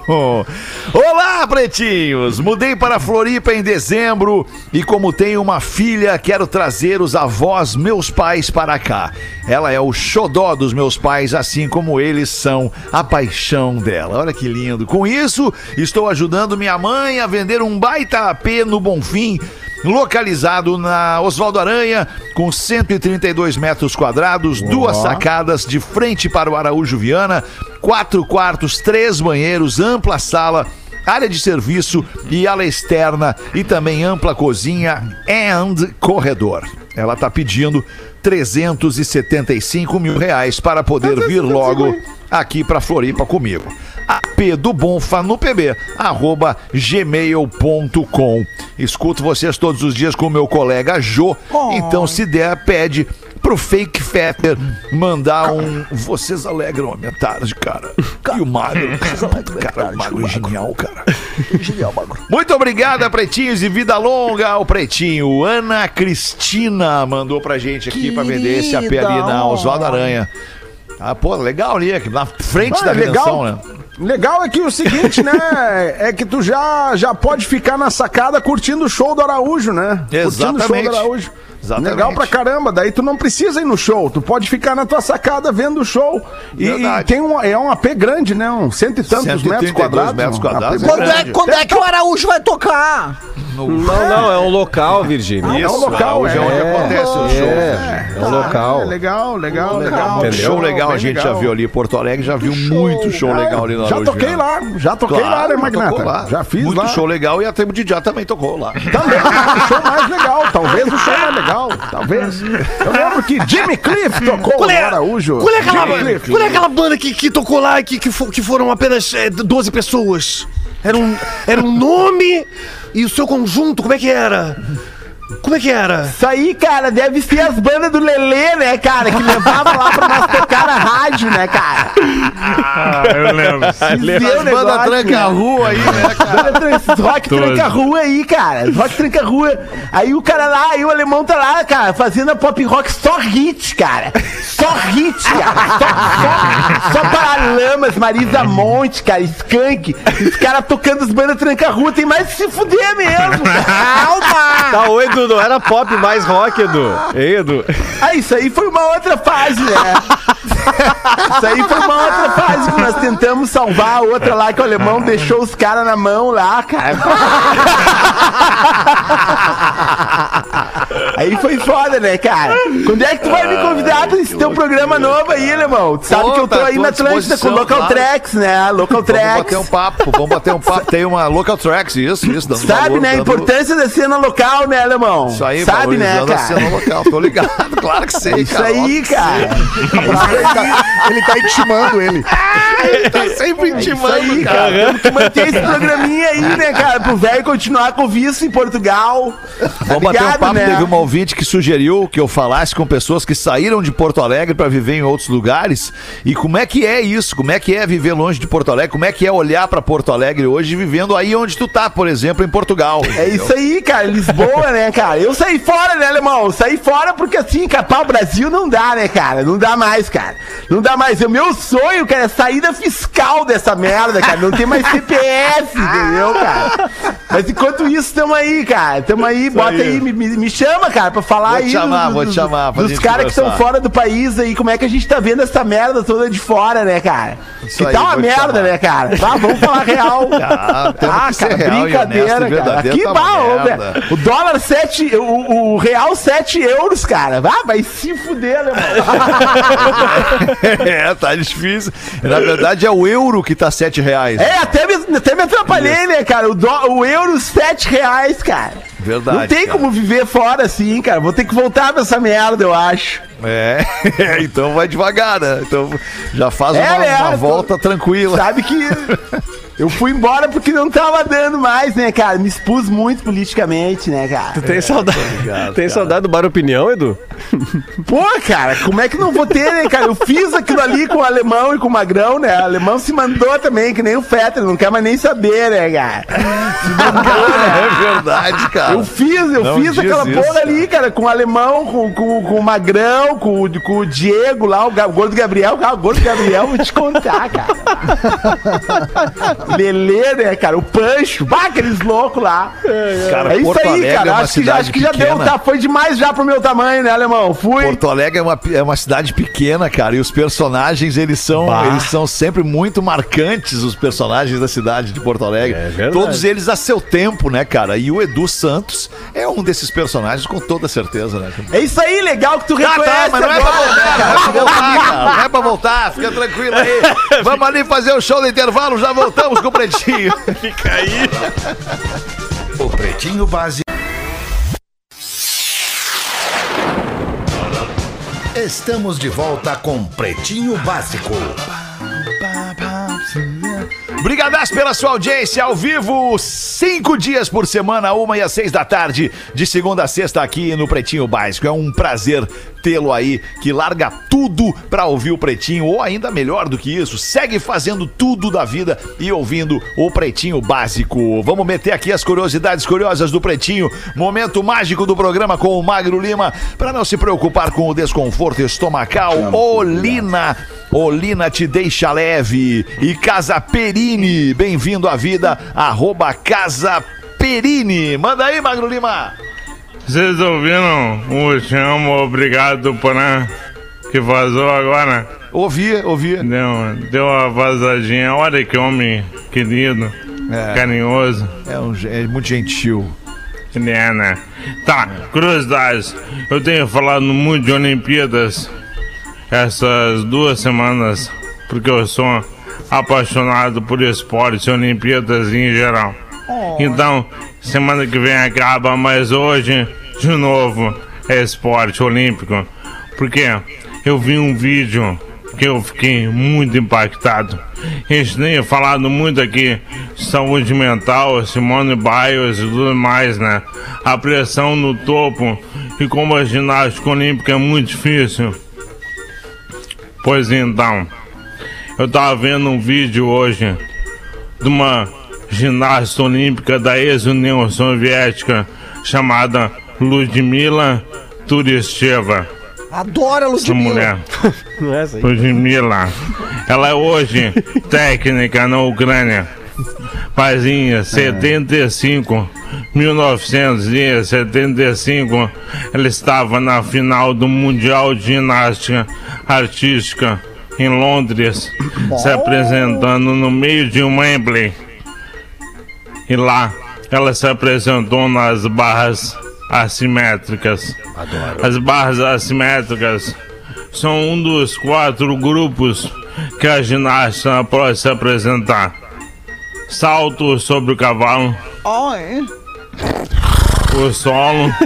Olá, pretinhos! Mudei para Floripa em dezembro e como tenho uma filha, quero trazer os avós, meus pais, para cá. Ela é o xodó dos meus pais, assim como eles são a paixão dela. Olha que lindo. Com isso, estou ajudando minha mãe a vender um baita A P no Bonfim, localizado na Oswaldo Aranha, com cento e trinta e dois metros quadrados, duas sacadas de frente para o Araújo Viana, quatro quartos, três banheiros, ampla sala, área de serviço e ala externa e também ampla cozinha and corredor. Ela tá pedindo trezentos e setenta e cinco mil reais para poder vir logo aqui para Floripa comigo. A P do Bonfa no P B, arroba gmail ponto com. Escuto vocês todos os dias com o meu colega Jô, então se der, pede pro Fake Fetter mandar um Vocês Alegram a minha tarde, cara. E o Magro, cara, o Magro é genial, cara. Genial, Magro. Muito obrigada, pretinhos, e vida longa ao pretinho. Ana Cristina mandou pra gente aqui pra vender esse A P ali na Oswaldo Aranha. Ah, pô, legal ali, aqui na frente Ah, da é redenção, legal. né? Legal é que o seguinte, né? É que tu já, já pode ficar na sacada curtindo o show do Araújo, né? Curtindo o show Exatamente. do Araújo. Exatamente. Legal pra caramba. Daí tu não precisa ir no show. Tu pode ficar na tua sacada vendo o show. E, Verdade. e tem um, é um A P grande, né? Um cento e tantos cento e trinta e metros dois quadrados. metros um quadrados, A P é Quando é, grande. quando é que o Araújo vai tocar? Não, não, é um local, Virgínia. Isso, é um local, hoje é, é. onde acontece o show. É. É o local. É legal, legal, legal. Muito show legal a gente já viu ali. Porto Alegre já viu muito show legal ali na Já Araújo toquei Viana. lá, já toquei Claro, lá, né, já Magnata? tocou lá. Já fiz muito lá. show legal e a Tribo de Já também tocou lá. Também, o show mais legal, talvez o show mais legal, talvez. Eu lembro que Jimmy Cliff tocou Qual é, no Araújo. qual é aquela, Jimmy Cliff. qual é aquela banda que, que tocou lá e que, que, fo- que foram apenas é, doze pessoas? Era um, era um nome e o seu conjunto, como é que era? Como é que era? Isso aí, cara, deve ser as bandas do Lelê, né, cara? Que levava lá pra nós tocar na rádio, né, cara? Ah, eu lembro. Deu As bandas tranca-rua aí, né, cara? Banda tran- esses rock Todos. tranca-rua aí, cara. Rock tranca-rua. Aí o cara lá, aí o alemão tá lá, cara, fazendo a pop rock só hit, cara. Só hit, cara. Só, só, só Paralamas, Marisa Monte, cara, Skank. Os caras tocando as bandas tranca-rua, tem mais que se fuder mesmo. Calma! Tá, ô Edu, não era pop mais rock, Edu. Ei, Edu. Ah, isso aí foi uma outra fase, né? Isso aí foi uma outra fase que nós tentamos salvar a outra lá, que o alemão deixou os caras na mão lá, cara. Aí foi foda, né, cara? Quando é que tu vai me convidar pra esse teu programa novo aí, alemão? Tu sabe Pô, que eu tô tá à aí tua na Atlântida com disposição, Local claro. Tracks, né? Local Vamos bater Tracks. um papo, vamos bater um papo. Tem uma Local Tracks, isso, isso. Dando Sabe, valor, né? A dando- importância da cena local, né, alemão? Isso aí, sabe, né, valorizando a cara? cena local. Tô ligado, claro que sei, Isso cara. aí, cara. Ele tá intimando ele. Tá sempre Isso intimando, aí, cara. cara. Temos que manter esse programinha aí, né, cara? Pro velho continuar com o visto em Portugal. Vamos Tá bater um ligado, papo. né? Teve uma ouvinte que sugeriu que eu falasse com pessoas que saíram de Porto Alegre pra viver em outros lugares. E como é que é isso? Como é que é viver longe de Porto Alegre? Como é que é olhar pra Porto Alegre hoje vivendo aí onde tu tá, por exemplo, em Portugal? É isso aí, cara. Lisboa, né, cara? Eu saí fora, né, alemão? Eu saí fora porque assim, capar o Brasil não dá, né, cara? Não dá mais, cara. Não dá mais. O meu sonho, cara, é saída fiscal dessa merda, cara. Não tem mais C P F, entendeu, cara? Mas enquanto isso, tamo aí, cara. Tamo aí, bota aí, me, me- me chama, cara, pra falar Vou aí. te chamar, do- vou do- te chamar pra Dos gente caras que estão conversar. fora do país aí, como é que a gente tá vendo essa merda toda de fora, né, cara? Isso que aí, tá uma vou te merda, chamar. né, cara? Tá, vamos falar real. Ah, temos que ser real e honesto e brincadeira, cara. verdadeiro, Que tá uma mal, merda. velho. O dólar sete, o, o real sete euros, cara. Ah, vai se fuder, né, mano? É, tá difícil. Na verdade, é o euro que tá sete reais. É, até me, até me atrapalhei, né, cara? O, dó, o euro sete reais, cara. Verdade. Não tem cara. como viver fora assim, cara. Vou ter que voltar pra essa merda, eu acho. É, então vai devagar, né? Então já faz É, uma, né? uma Tô- volta tranquila. Sabe que eu fui embora porque não tava dando mais, né, cara? Me expus muito politicamente, né, cara? Tem saudade. Tem saudade do Bar Opinião, Edu? Pô, cara, como é que não vou ter, né, cara? Eu fiz aquilo ali com o alemão e com o magrão, né? O alemão se mandou também, que nem o Fetter, não quer mais nem saber, né, cara? Se mandou, né? É verdade, cara. Eu fiz, eu Não fiz diz aquela isso, porra ali, cara, com o alemão, com, com, com o magrão, com, o- com o Diego lá, o, Ga- o gordo Gabriel. Cara, o gordo Gabriel, vou te contar, cara. Lelê, né, cara? O Pancho, bah, aqueles loucos lá. Cara, É isso Porto aí, Alegre cara. é uma acho que, já, cidade acho que já pequena. deu, tá? Foi demais já pro meu tamanho, né, alemão? Fui. Porto Alegre é uma, é uma cidade pequena, cara, e os personagens, eles são, eles são sempre muito marcantes, os personagens da cidade de Porto Alegre. É verdade. Todos eles a seu tempo, né, cara? E o Edu Santos é um desses personagens, com toda certeza, né? É isso aí, legal que tu Tá, reconhece tá, mas não é pra agora, voltar, né, não é pra voltar, cara. Não é pra voltar, fica tranquilo aí. Vamos ali fazer o show do intervalo, já voltamos com o Pretinho. Fica aí. O Pretinho Básico. Estamos de volta com Pretinho Básico. Obrigadaço pela sua audiência ao vivo, cinco dias por semana, uma e às seis da tarde, de segunda a sexta aqui no Pretinho Básico. É um prazer tê-lo aí, que larga tudo pra ouvir o Pretinho, ou ainda melhor do que isso, segue fazendo tudo da vida e ouvindo o Pretinho Básico. Vamos meter aqui as curiosidades curiosas do Pretinho, momento mágico do programa com o Magro Lima, pra não se preocupar com o desconforto estomacal. Olina, Olina te deixa leve. E Casa Perini, bem-vindo à vida, arroba Casa Perini. Manda aí, Magro Lima. Vocês ouviram o chamo Obrigado Porã que vazou agora? Ouvi, ouvi. Deu, deu uma vazadinha. Olha que homem querido, É. carinhoso. É, um, é muito gentil. Ele é, né? Tá, curiosidades. Eu tenho falado muito de Olimpíadas essas duas semanas, porque eu sou apaixonado por esportes e Olimpíadas em geral. Então, semana que vem acaba, mas hoje, de novo, é esporte olímpico. Porque eu vi um vídeo que eu fiquei muito impactado. A gente nem tinha falado muito aqui de saúde mental, Simone Biles e tudo mais, né? A pressão no topo e como a ginástica olímpica é muito difícil. Pois então, eu tava vendo um vídeo hoje de uma ginasta olímpica da ex-União Soviética chamada Ludmila Turisteva. Adoro a Essa Ludmilla. mulher, Não é essa aí. Ludmila, ela é hoje técnica na Ucrânia. Mas em setenta e cinco, mil novecentos e setenta e cinco, ela estava na final do Mundial de Ginástica Artística em Londres, se apresentando no meio de um Wembley. E lá ela se apresentou nas barras assimétricas. Adoro. As barras assimétricas são um dos quatro grupos que a ginasta pode se apresentar: salto sobre o cavalo, Oi. o solo,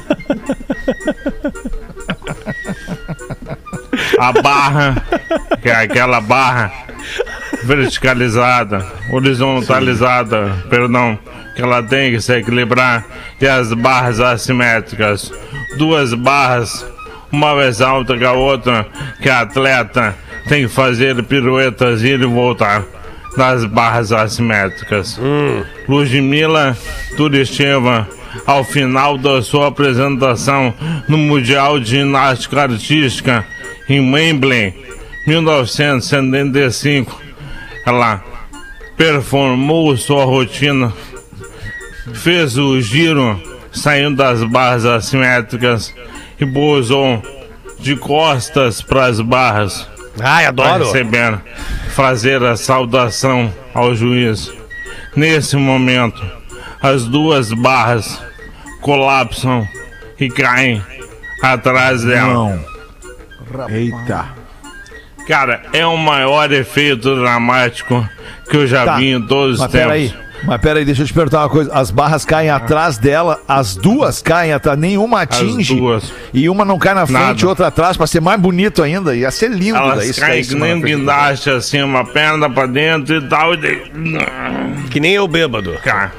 a barra, que é aquela barra verticalizada, horizontalizada, Sim. perdão, que ela tem que se equilibrar, e as barras assimétricas, duas barras, uma mais alta que a outra, que a atleta tem que fazer piruetas, ir e voltar nas barras assimétricas. Hum. Ludmila Turisteva, ao final da sua apresentação no Mundial de Ginástica Artística em Wembley, mil novecentos e setenta e cinco, ela performou sua rotina, fez o giro saindo das barras assimétricas e pousou de costas para as barras. Ai, adoro! Receber, fazer a saudação ao juiz. Nesse momento, as duas barras colapsam e caem atrás dela. Não. Eita. Cara, é o maior efeito dramático que eu já Tá, vi em todos os Mas tempos. peraí, mas peraí, deixa eu te perguntar uma coisa. As barras caem atrás dela, as duas caem atrás, nenhuma atinge. As duas. E uma não cai na frente, Nada. outra atrás, pra ser mais bonito ainda. Ia ser lindo. daí, Elas isso caem daí, que cima nem na um frente. guindaste, assim, uma perna pra dentro e tal. E daí... Que nem eu bêbado. Cara,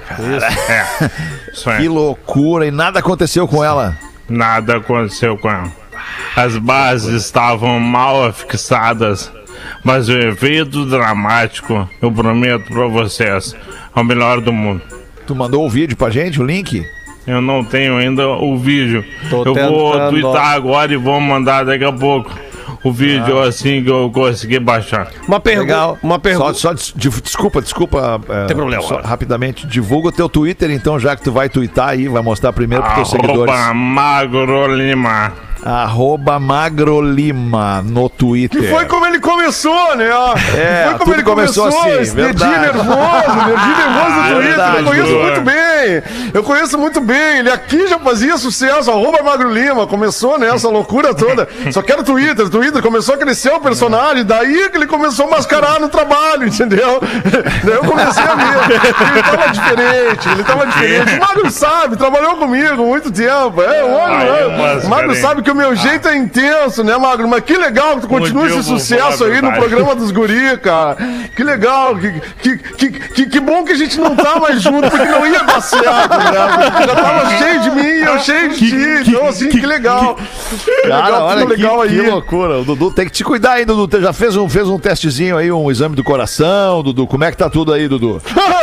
é. Isso é. Que loucura, e nada aconteceu com ela. Nada aconteceu com ela. As bases estavam mal fixadas, mas o efeito dramático, eu prometo pra vocês, é o melhor do mundo. Tu mandou o vídeo pra gente, o link? Eu não tenho ainda o vídeo. Tô eu vou tentando. twittar agora e vou mandar daqui a pouco o vídeo assim que eu conseguir baixar. Uma pergunta. Legal. Uma pergunta. Só, só des- di- desculpa, desculpa. é, Tem problema. só rapidamente, divulga o teu Twitter, então, já que tu vai twittar aí, vai mostrar primeiro pros teus seguidores. Arroba Magro Lima. Arroba Magrolima no Twitter. Que foi como ele começou, né? É, foi como tudo ele começou começou, assim, esse dedinho verdade. nervoso, dedinho nervoso no Twitter. verdade, Eu conheço boa. muito bem. Eu conheço muito bem. Ele aqui já fazia sucesso, arroba Magro Lima. Começou nessa loucura toda. Só quero Twitter, Twitter. Começou a crescer o personagem, daí que ele começou a mascarar no trabalho, entendeu? Daí eu comecei a ver. Ele tava diferente, ele tava diferente. O Magro sabe, trabalhou comigo há muito tempo. É, o Magro, Ai, eu né? O Magro mascarei. sabe que o meu jeito é intenso, né, Magro? Mas que legal que tu continua dia eu esse vou sucesso falar a aí no verdade. programa dos guri, cara. Que legal. Que, que, que, que, que bom que a gente não tá mais junto, porque não ia dar certo, né? Porque já tava cheio de mim e eu cheio de ti. Então, assim, que legal. Que Cara, legal, olha tudo que, legal que aí. loucura. O Dudu tem que te cuidar aí, Dudu. Tu já fez um, fez um testezinho aí, um exame do coração, Dudu. Como é que tá tudo aí, Dudu?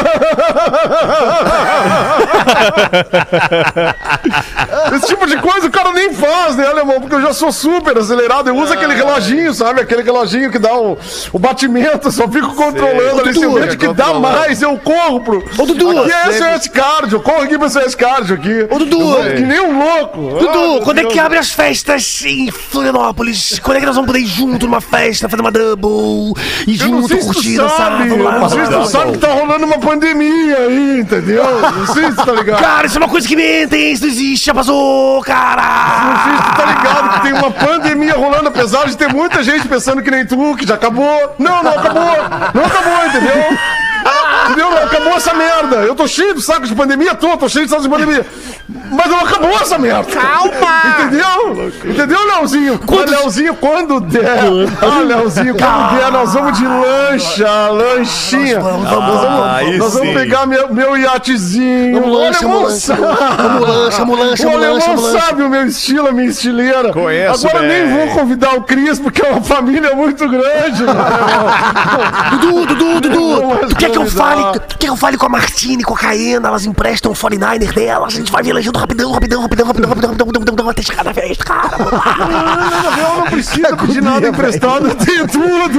Esse tipo de coisa o cara nem faz, né, alemão? Porque eu já sou super acelerado. Eu uso aquele reloginho, sabe? Aquele reloginho que dá o, o batimento. Eu só fico controlando ali. Se eu vejo que dá mais, eu corro pro. Ô, Dudu, Aqui é S O S Cardio. Corro aqui pro S O S Cardio aqui. Ô, Dudu. Eu vou que nem um louco. Dudu, Ah, quando é meu que Deus. abre as festas em Florianópolis? Quando é que nós vamos poder ir junto numa festa, fazer uma double? E Eu não junto, sei se tu curtindo, sabe, sabe? eu não sei se tu sabe que tá rolando uma pandemia aí, entendeu? Não sei se tu tá ligado? Cara, isso é uma coisa que mente, hein? Isso não existe, já passou, cara! Não sei se tu tá ligado que tem uma pandemia rolando, apesar de ter muita gente pensando que nem tu, que já acabou. Não, não acabou. Não acabou, entendeu? Entendeu? Não acabou essa merda. Eu tô cheio de saco de pandemia, tô, tô cheio de saco de pandemia. Mas não acabou essa merda. Calma! Entendeu? Entendeu, Leozinho? Quando... Leozinho, quando der. Ah, Leozinho, quando der, nós vamos de lancha, lanchinha. Nós vamos, Ah, aí nós vamos sim. pegar meu, meu iatezinho. Vamos lancha, O alemão vamos lancha, sabe. vamos lancha, vamos lancha, O vamos lancha, alemão vamos lancha. sabe o meu estilo, a minha estileira. Conheço Agora bem. nem vou convidar o Cris, porque é uma família muito grande. Dudu, Dudu, Dudu, Não, mas tu quer que eu convidar. fale, tu quer que eu fale com a Martine, com a Caena, elas emprestam o quarenta e niner delas, a gente vai viajando rapidão, rapidão, rapidão, rapidão, rapidão, rapidão, rapidão, rapidão, até chegar na festa, cara. Eu não preciso pedir nada emprestado, eu tenho tudo.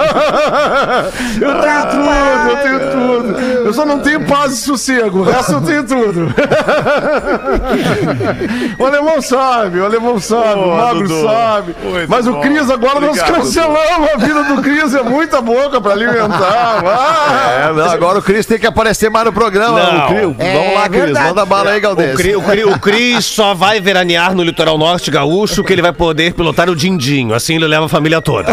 Eu tenho tudo, eu tenho tudo. Eu só não tenho paz e sossego, o resto eu tenho tudo. O alemão sabe, o alemão sabe, o Boa, magro Dudu. sabe. Muito Mas o bom. Cris, agora nós Obrigado, cancelamos. A vida do Cris é muita boca pra alimentar. Vai. É, não, agora o Cris tem que aparecer mais no programa. Não. O Cris- É Vamos lá, Cris. verdade. Manda bala aí, O, Galdês. Cri, o, Cri, o Cris só vai veranear no litoral norte gaúcho que ele vai poder pilotar o Dindinho. Assim ele leva a família toda.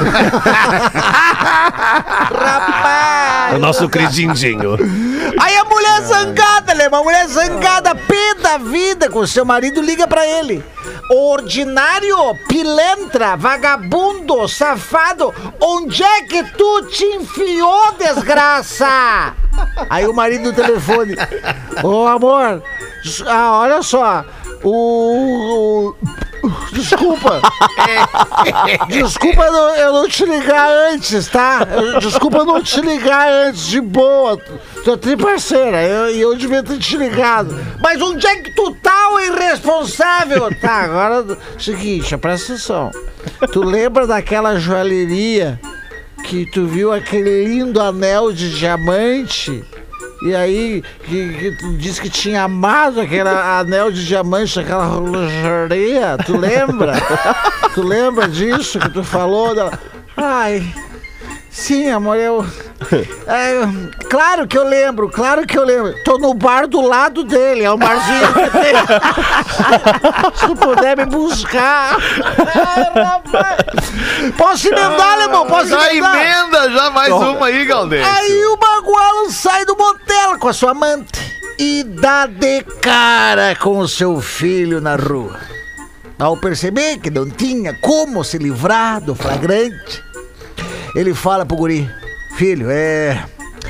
Rapaz! O nosso Cris Dindinho. Aí a mulher zangada, Lema, a mulher zangada, pé da vida com seu marido, liga pra ele. Ordinário, pilantra, vagabundo, safado, onde é que tu te enfiou, desgraça? Aí o marido no telefone. Ô, amor, ah, olha só, o... o- Desculpa. Desculpa eu não, eu não te ligar antes, tá? Eu- Desculpa eu não te ligar antes, de boa. Tu é tri parceira, eu, eu devia ter te ligado. Mas onde é que tu tá, ô irresponsável? Tá, agora, seguinte, presta atenção. Tu lembra daquela joalheria que tu viu aquele lindo anel de diamante? E aí, que, que tu disse que tinha amado aquele anel de diamante naquela joalheria? Tu lembra? Tu lembra disso que tu falou? Da... Ai, sim, amor, eu... É, claro que eu lembro, claro que eu lembro. Tô no bar do lado dele, é o barzinho que tem. Se tu puder me buscar. Ai, rapaz. Posso emendar, alemão? Posso Já emendar? emenda já mais uma aí, Galdês. Aí o Bagualo sai do motel com a sua amante e dá de cara com o seu filho na rua. Ao perceber que não tinha como se livrar do flagrante, ele fala pro guri: filho, é...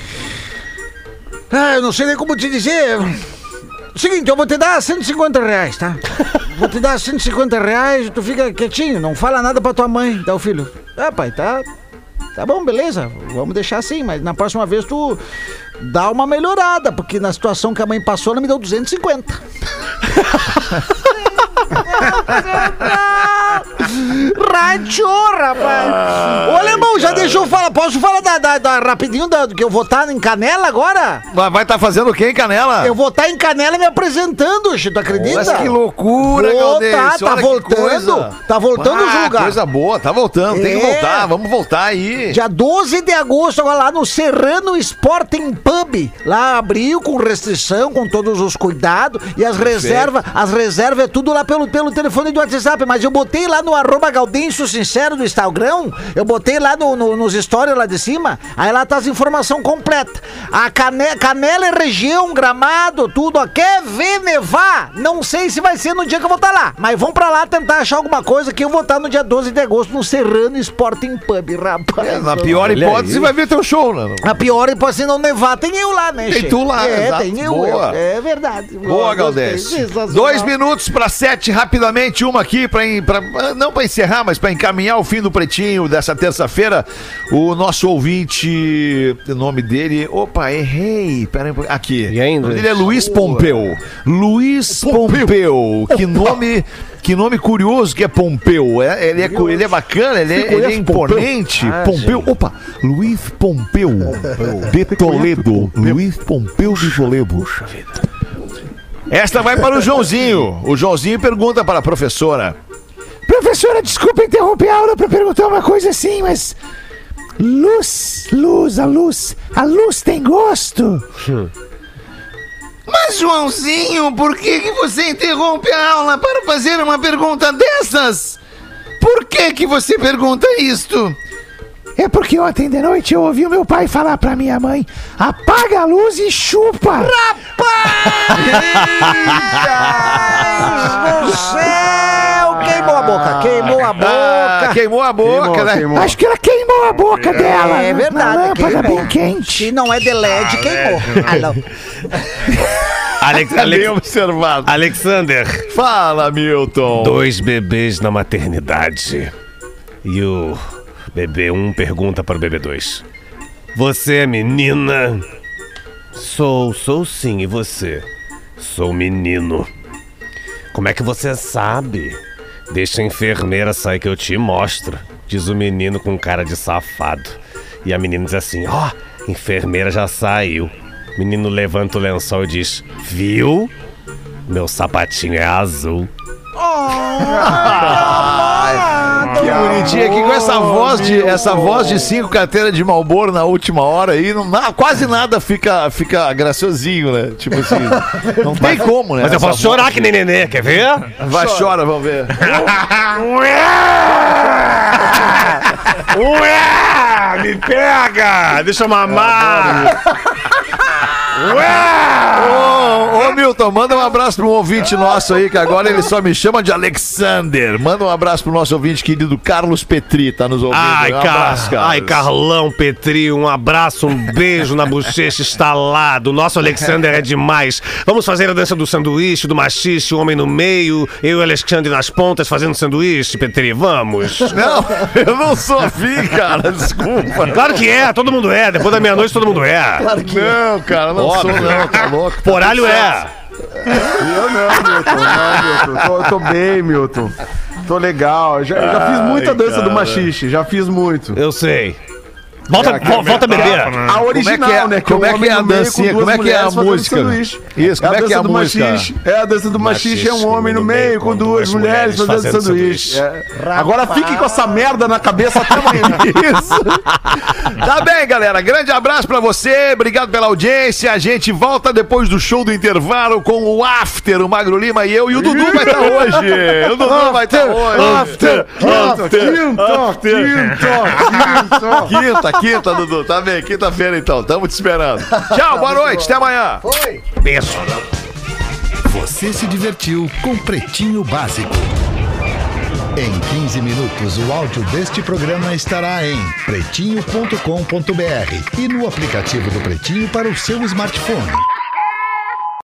Ah, eu não sei nem como te dizer. Seguinte, eu vou te dar cento e cinquenta reais, tá? Vou te dar cento e cinquenta reais, tu fica quietinho, não fala nada pra tua mãe. Então, filho, ah, pai, tá... Tá bom, beleza, vamos deixar assim, mas na próxima vez tu dá uma melhorada, porque na situação que a mãe passou, ela me deu duzentos e cinquenta. Rachou, rapaz. Ô, alemão, já deixou eu falar? Posso falar da, da, da- rapidinho da, do que eu vou estar em Canela agora? Vai estar fazendo o quê, hein, Canela? Eu vou estar em Canela me apresentando, Chico, tu acredita? Mas que loucura, Vou Galdês. tá, tá Olha que voltando, coisa. tá voltando Ah, o lugar. coisa boa, tá voltando, tem que É. voltar, vamos voltar aí. Dia doze de agosto, agora lá no Serrano Sporting Pub. Lá abriu com restrição, com todos os cuidados. E as reservas, as reservas é tudo lá pelo, pelo telefone do WhatsApp. Mas eu botei lá no arroba Gaudêncio Sincero do Instagram. Eu botei lá no, no- nos stories lá de cima. Aí lá tá as informações completas. A cane, Canela e região, Gramado, tudo. Ó. Quer ver nevar? Não sei se vai ser no dia que eu vou estar lá. Mas vamos pra lá tentar achar alguma coisa, que eu vou estar no dia doze de agosto no Serrano Sporting Pub, rapaz. É, na pior Olha hipótese, aí. vai ver teu show, né? A pior hipótese, se não nevar, tem eu lá, né, Tem Che? tu lá, É, exato. tem eu. Boa. É verdade. Boa, Galdês. Dois minutos para sete, rapidamente, uma aqui para não para encerrar, mas para encaminhar o fim do Pretinho dessa terça-feira. O nosso ouvinte, o nome dele, opa, errei. Pera aí, aqui. E ainda? O nome dele é Luiz Pompeu. Luiz Pompeu. Que nome, que nome curioso que é Pompeu. É, ele, é, cu- ele é bacana, ele é, ele é imponente. Pompeu. Opa, Luiz Pompeu de Toledo. Luiz Pompeu de Toledo. Esta vai para o Joãozinho. O Joãozinho pergunta para a professora: professora, desculpa interromper a aula para perguntar uma coisa assim, mas luz, luz, a luz, a luz tem gosto? Mas Mas, Joãozinho, por que, que você interrompe a aula para fazer uma pergunta dessas? Por que que você pergunta isto? É porque ontem de noite eu ouvi o meu pai falar pra minha mãe: apaga a luz e chupa! Rapaz do céu! Queimou a boca, queimou a boca. Ah, queimou a boca, Queimou, né? queimou. Acho que ela queimou a boca dela. É verdade, Na lâmpada queimou. bem quente. Se não é de L E D, queimou. Alô. Alex, Bem Alex, observado. Alexander. Fala, Milton. Dois bebês na maternidade. E o bebê um pergunta para o bebê dois: você é menina? Sou, sou sim. E você? Sou menino. Como é que você sabe? Deixa a enfermeira sair que eu te mostro, diz o menino com cara de safado. E a menina diz assim: ó, oh, enfermeira já saiu. O menino levanta o lençol e diz: viu? Meu sapatinho é azul. Que bonitinho aqui com essa voz de essa voz de cinco carteiras de Marlboro na última hora aí, não, na- quase nada fica, fica graciosinho, né? Tipo assim, não tem como, né? Mas eu Essa posso voz. chorar que nem nenê, quer ver? Vai, chora, vamos ver. Ué! Me pega! Deixa eu mamar! Ô, ô, Milton, manda um abraço para um ouvinte nosso aí, que agora ele só me chama de Alexander. Manda um abraço pro nosso ouvinte querido Carlos Petri, tá nos ouvindo. Ai, um Car... abraço, Carlos. Ai, Carlão Petri, um abraço, um beijo na bochecha estalado. O nosso Alexander é demais. Vamos fazer a dança do sanduíche, do machixe, o homem no meio, eu e o Alexandre nas pontas fazendo sanduíche, Petri, vamos? Não, eu não sou afim, cara, desculpa. Claro que é, todo mundo é. Depois da meia-noite todo mundo é. Não, cara, não sou não, tá louco. Poralho é. Eu não, Milton, não, Milton. Tô, tô bem, Milton. Tô legal. Já, já fiz muita dança do machixe, já fiz muito. Eu sei. Volta, É, vo- volta a beber. A original, Como é que é- né? como é é um que é homem a no meio dancinha? com duas Como é que é a mulheres fazendo música? sanduíche. Isso, como é a que é a dança do música? machixe. É a dança do machixe, é um homem no meio com duas mulheres fazendo sanduíche. É. Agora fique com essa merda na cabeça até amanhã. Isso. Tá bem, galera. Grande abraço pra você. Obrigado pela audiência. A gente volta depois do show do intervalo com o After, o Magro Lima e eu. E o Dudu vai estar hoje. O Dudu vai estar hoje. After, after, quinta, quinta, Quinta, quinta, Dudu. Tá bem. Quinta-feira, então. Tamo te esperando. Tchau, boa noite. Até amanhã. Beijo. Você se divertiu com Pretinho Básico. Em quinze minutos, o áudio deste programa estará em pretinho ponto com ponto br e no aplicativo do Pretinho para o seu smartphone.